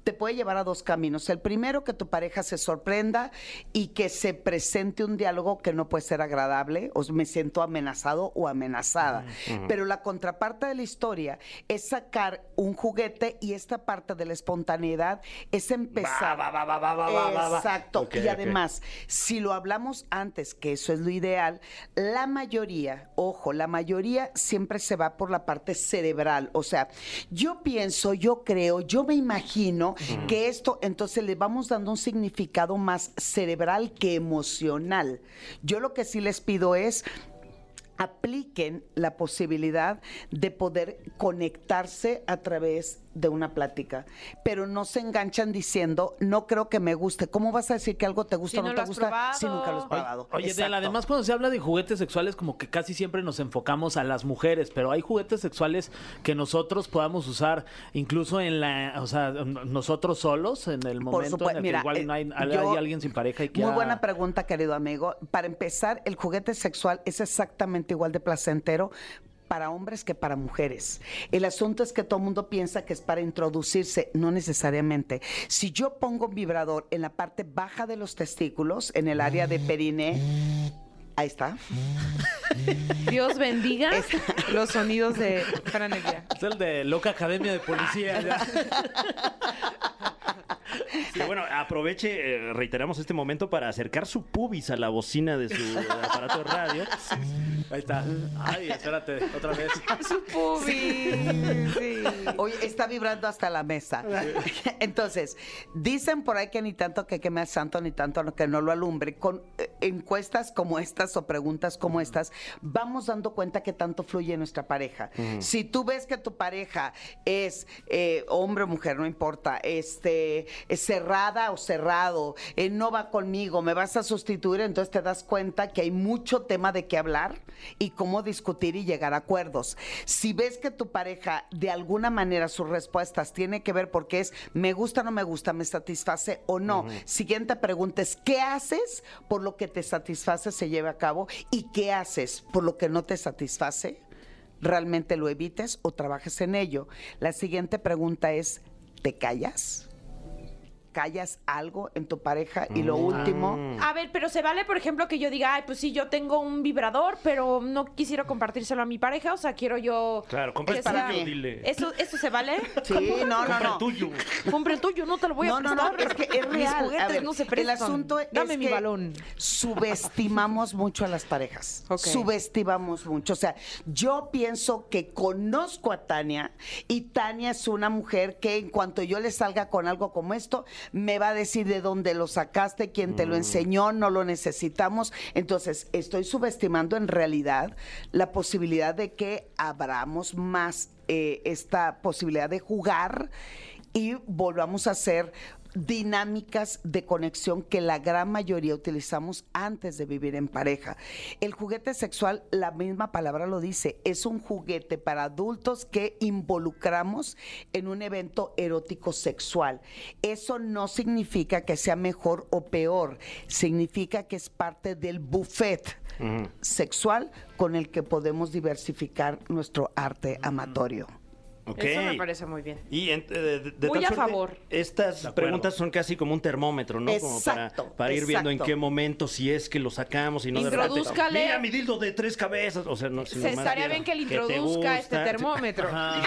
te puede llevar a dos caminos. El primero, que tu pareja se sorprenda y que se presente un diálogo que no puede ser agradable, o me siento amenazado o amenazada. Uh-huh. Pero la contraparte de la historia es sacar un juguete y esta parte de la espontaneidad es empezar. Va, va, va, va, va, va, va, va. Exacto. Okay, y además, okay. si lo hablamos antes, que eso es lo ideal, la mayoría, ojo, la mayoría siempre se va por la parte cerebral. O sea, yo pienso, yo creo, yo me imagino uh-huh. que esto, entonces le vamos dando un significado más cerebral que emocional. Yo lo que sí les pido es apliquen la posibilidad de poder conectarse a través de una plática, pero no se enganchan diciendo, no creo que me guste. ¿Cómo vas a decir que algo te gusta o si no, no te gusta probado. si nunca lo has probado? Oye, oye Adela, además cuando se habla de juguetes sexuales, como que casi siempre nos enfocamos a las mujeres, pero hay juguetes sexuales que nosotros podamos usar incluso en la, o sea, nosotros solos, en el momento en el Mira, que igual no hay, eh, hay yo, alguien sin pareja y quiera... Muy buena pregunta, querido amigo. Para empezar, el juguete sexual es exactamente igual de placentero para hombres que para mujeres. El asunto es que todo el mundo piensa que es para introducirse, no necesariamente. Si yo pongo un vibrador en la parte baja de los testículos, en el área de periné, ahí está. Dios bendiga los sonidos de Fran Evia. Es el de Loca Academia de Policía. ¿Ya? Sí, bueno, aproveche, eh, reiteramos este momento para acercar su pubis a la bocina de su aparato de radio. Ahí está. Ay, espérate, otra vez. Su pubis. Sí. Oye, está vibrando hasta la mesa. Entonces, dicen por ahí que ni tanto que queme al santo, ni tanto que no lo alumbre. Con eh, encuestas como estas o preguntas como estas, vamos dando cuenta que tanto fluye nuestra pareja. Uh-huh. Si tú ves que tu pareja es eh, hombre o mujer, no importa, este, es cerrada o cerrado, eh, no va conmigo, me vas a sustituir, entonces te das cuenta que hay mucho tema de qué hablar y cómo discutir y llegar a acuerdos. Si ves que tu pareja de alguna manera sus respuestas tiene que ver porque es me gusta, no me gusta, me satisface o no. Uh-huh. Siguiente pregunta es ¿qué haces por lo que te satisface se lleve a cabo y qué haces por lo que no te satisface? ¿Realmente lo evites o trabajes en ello? La siguiente pregunta es ¿te callas? ¿Callas algo en tu pareja? Y lo último... A ver, pero se vale, por ejemplo, que yo diga, ay, pues sí, yo tengo un vibrador, pero no quisiera compartírselo a mi pareja, o sea, quiero yo... Claro, compra el sea, tuyo, dile. ¿Eso, ¿Eso se vale? Sí, no, no, compra no. el tuyo. Compra el tuyo, no te lo voy no, a prestar. No, no, es que es real. Mis juguetes a ver, no se prestan. El asunto Dame es mi que balón. subestimamos mucho a las parejas. Okay. Subestimamos mucho. O sea, yo pienso que conozco a Tania y Tania es una mujer que en cuanto yo le salga con algo como esto, me va a decir de dónde lo sacaste, quién te lo enseñó, no lo necesitamos. Entonces, estoy subestimando en realidad la posibilidad de que abramos más eh, esta posibilidad de jugar y volvamos a hacer dinámicas de conexión que la gran mayoría utilizamos antes de vivir en pareja. El juguete sexual, la misma palabra lo dice, es un juguete para adultos que involucramos en un evento erótico sexual. Eso no significa que sea mejor o peor, significa que es parte del buffet uh-huh. sexual con el que podemos diversificar nuestro arte amatorio. Okay. Eso me parece muy bien. Y en, de, de muy tal a suerte, favor. Estas preguntas son casi como un termómetro, ¿no? Exacto, como para, para ir viendo en qué momento, si es que lo sacamos y no de repente. Introdúzcale. Mira mi dildo de tres cabezas. O sea, no, Se estaría bien que le introduzca este termómetro.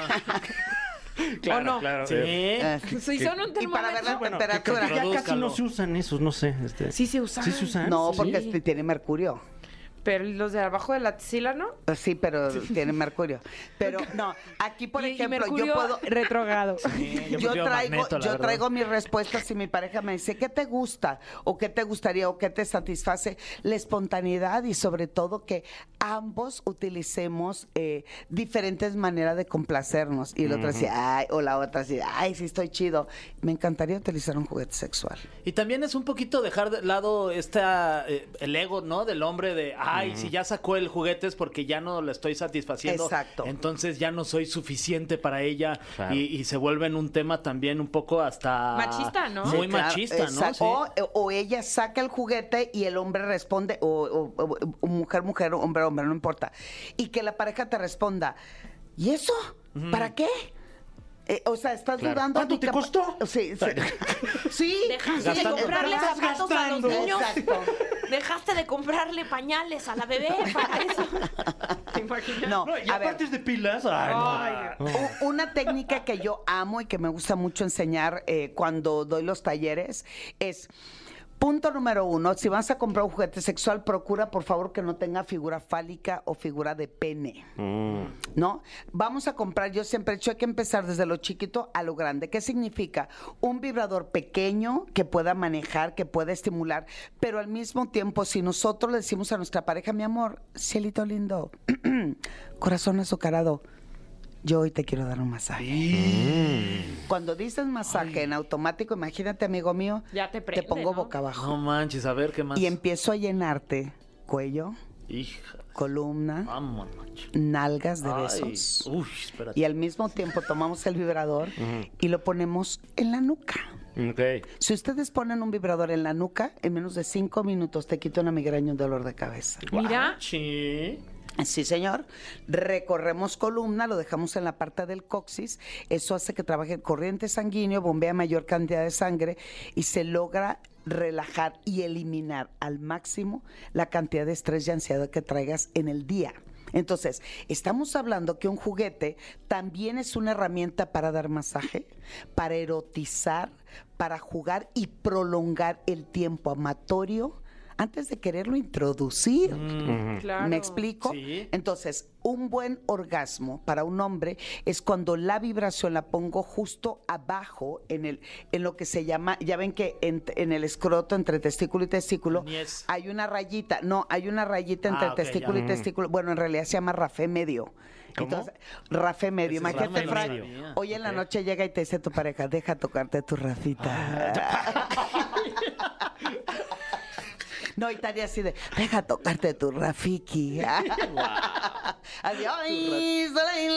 Claro, ¿O no? claro. Sí. Eh, Si son un Y para ver la termómetro. bueno, temperatura. que- que ya casi no se usan esos, no sé. Este. Sí se usan. Sí se usan. No, Sí. porque este tiene mercurio. Pero los de abajo de la axila, ¿no? Sí, pero tiene mercurio. Pero no, aquí por Y- y ejemplo, mercurio yo puedo retrogrado. Sí, yo yo prefiero traigo, Magneto, la yo verdad. traigo mis respuestas y mi pareja me dice, ¿qué te gusta? ¿O qué te gustaría? ¿O qué te satisface? La espontaneidad y sobre todo que ambos utilicemos eh, diferentes maneras de complacernos. Y el otro decía, ay, o la otra decía, ay, sí estoy chido. Me encantaría utilizar un juguete sexual. Y también es un poquito dejar de lado esta, eh, el ego, ¿no? Del hombre de, ay, si ya sacó el juguete es porque ya no la estoy satisfaciendo. Exacto. Entonces ya no soy suficiente para ella. Claro. Y, y se vuelve en un tema también un poco hasta... Machista, ¿no? Muy Sí, claro, machista, ¿no? exacto. Sí. O, o ella saca el juguete y el hombre responde, o, o- o- o mujer, mujer, hombre, hombre, no importa. Y que la pareja te responda, ¿y eso? ¿Para qué? Eh, o sea, estás Claro. dudando. ¿Cuánto mi te capa- costó? Sí, sí. Sí. Dejaste de Gastando. comprarle Estás zapatos a los gastando. niños. Exacto. Dejaste de comprarle pañales a la bebé para eso. ¿Te imaginas? No, No, y a ver. aparte es de pilas. Ay, no. Ay, U- Una técnica que yo amo y que me gusta mucho enseñar eh, cuando doy los talleres es, punto número uno, si vas a comprar un juguete sexual, procura por favor que no tenga figura fálica o figura de pene. ¿No? Vamos a comprar, yo siempre he dicho, hay que empezar desde lo chiquito a lo grande. ¿Qué significa? Un vibrador pequeño que pueda manejar, que pueda estimular, pero al mismo tiempo, si nosotros le decimos a nuestra pareja, mi amor, cielito lindo, corazón azucarado, yo hoy te quiero dar un masaje. Cuando dices masaje en automático, imagínate, amigo mío, Ya te prende, pongo ¿no? boca abajo No manches, a ver qué más. y empiezo a llenarte cuello, Hija, columna, vámonos. macho. nalgas de Ay, besos. Uy, espérate. Y al mismo tiempo tomamos el vibrador y lo ponemos en la nuca. Ok. Si ustedes ponen un vibrador en la nuca, en menos de cinco minutos te quita una migraña y un dolor de cabeza. Mira, Sí. Sí, señor. Recorremos columna, lo dejamos en la parte del coxis. Eso hace que trabaje el corriente sanguíneo, bombea mayor cantidad de sangre y se logra relajar y eliminar al máximo la cantidad de estrés y ansiedad que traigas en el día. Entonces, estamos hablando que un juguete también es una herramienta para dar masaje, para erotizar, para jugar y prolongar el tiempo amatorio antes de quererlo introducir. claro. ¿Me explico? Sí. Entonces, un buen orgasmo para un hombre es cuando la vibración la pongo justo abajo en el en lo que se llama, ya ven que en, en el escroto entre testículo y testículo Niés. hay una rayita, no, hay una rayita entre Ah, ok, testículo ya. y testículo. Bueno, en realidad se llama rafé medio. Entonces, rafé medio. Ese es Imagínate, rafé Frank, medio. hoy en la noche llega y te dice tu pareja, deja tocarte tu rafita. No, y estaría así de, deja tocarte tu Rafiki. Así, ay, sola y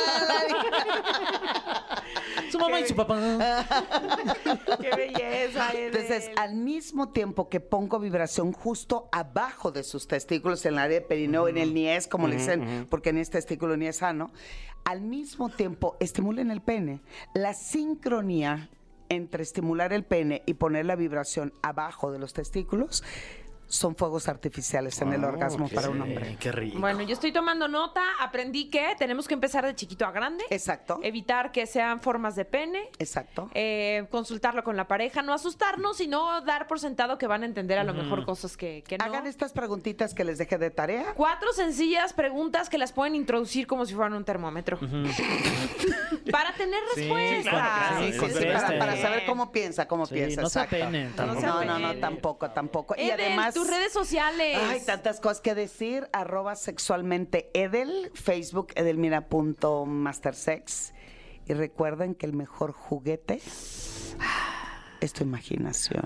la- Su mamá y su papá. Qué belleza. Entonces, Edel. al mismo tiempo que pongo vibración justo abajo de sus testículos, en el área de perineo, en el niés, como le dicen, porque ni es testículo ni es sano, al mismo tiempo estimulen el pene. La sincronía entre estimular el pene y poner la vibración abajo de los testículos son fuegos artificiales en el orgasmo para un hombre. Ay, qué rico. Bueno, yo estoy tomando nota, aprendí que tenemos que empezar de chiquito a grande. Exacto. Evitar que sean formas de pene. Exacto. eh, consultarlo con la pareja, no asustarnos, sino dar por sentado que van a entender a lo mejor cosas que, que no. Hagan estas preguntitas que les dejé de tarea. Cuatro sencillas preguntas que las pueden introducir como si fueran un termómetro. Para tener respuestas. claro, Sí, sí, sí, contesten. para, para saber cómo piensa, cómo Sí, piensa. no se exacto. apenen No tampoco. se No, no, no, apenen. tampoco, tampoco. Y Edel, además, tus redes sociales. hay tantas cosas que decir. Arroba sexualmente Edel, Facebook edelmira.mastersex. Y recuerden que el mejor juguete es tu imaginación.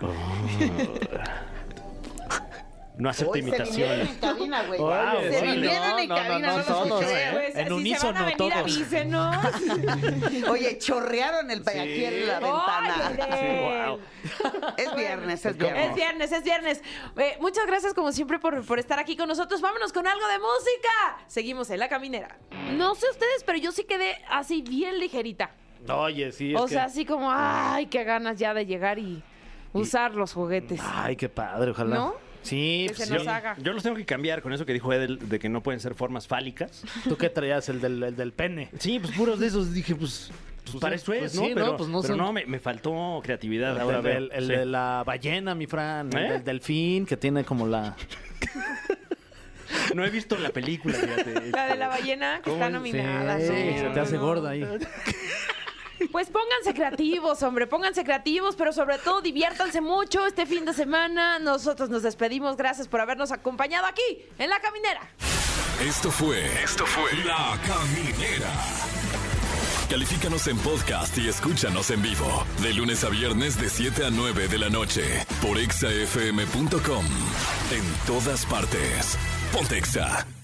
No acepta Hoy se vinieron imitaciones. en cabina, güey. Oye, se sí, vinieron no, en no, cabina, no, no, no, los todos, escuché, ¿eh? güey. Pues, En si se unísono van a venir, todos. avísenos. Oye, chorrearon el pe- aquí en la ventana. Ay, Edel. Es viernes, es Es viernes. viernes, es viernes. Eh, muchas gracias como siempre por, por estar aquí con nosotros. Vámonos con algo de música. Seguimos en La Caminera. No sé ustedes, pero yo sí quedé así bien ligerita. Oye, sí, es O que... sea, así como, ay, qué ganas ya de llegar y usar los juguetes. Ay, qué padre, ojalá. ¿No? Sí, Que pues se nos yo- haga. Yo los tengo que cambiar con eso que dijo Edel de que no pueden ser formas fálicas. ¿Tú qué traías? El del, el del pene. Sí, pues puros de esos. Dije, pues, pues, Pues para sí, eso es, pues ¿no? sí, pero ¿no? Pues no pero son- no, me, me faltó creatividad. El, Ahora del- veo. el Sí. de la ballena, mi Fran. El ¿Eh? del delfín, que tiene como la... No he visto la película, fíjate. La de la ballena que está nominada. Sí, ¿no? se te hace No. gorda ahí. Pues pónganse creativos, hombre, pónganse creativos, pero sobre todo diviértanse mucho este fin de semana. Nosotros nos despedimos. Gracias por habernos acompañado aquí en La Caminera. Esto fue. Esto fue La Caminera. Califícanos en podcast y escúchanos en vivo. De lunes a viernes de siete a nueve de la noche. Por exa f m punto com. En todas partes. Ponte Exa.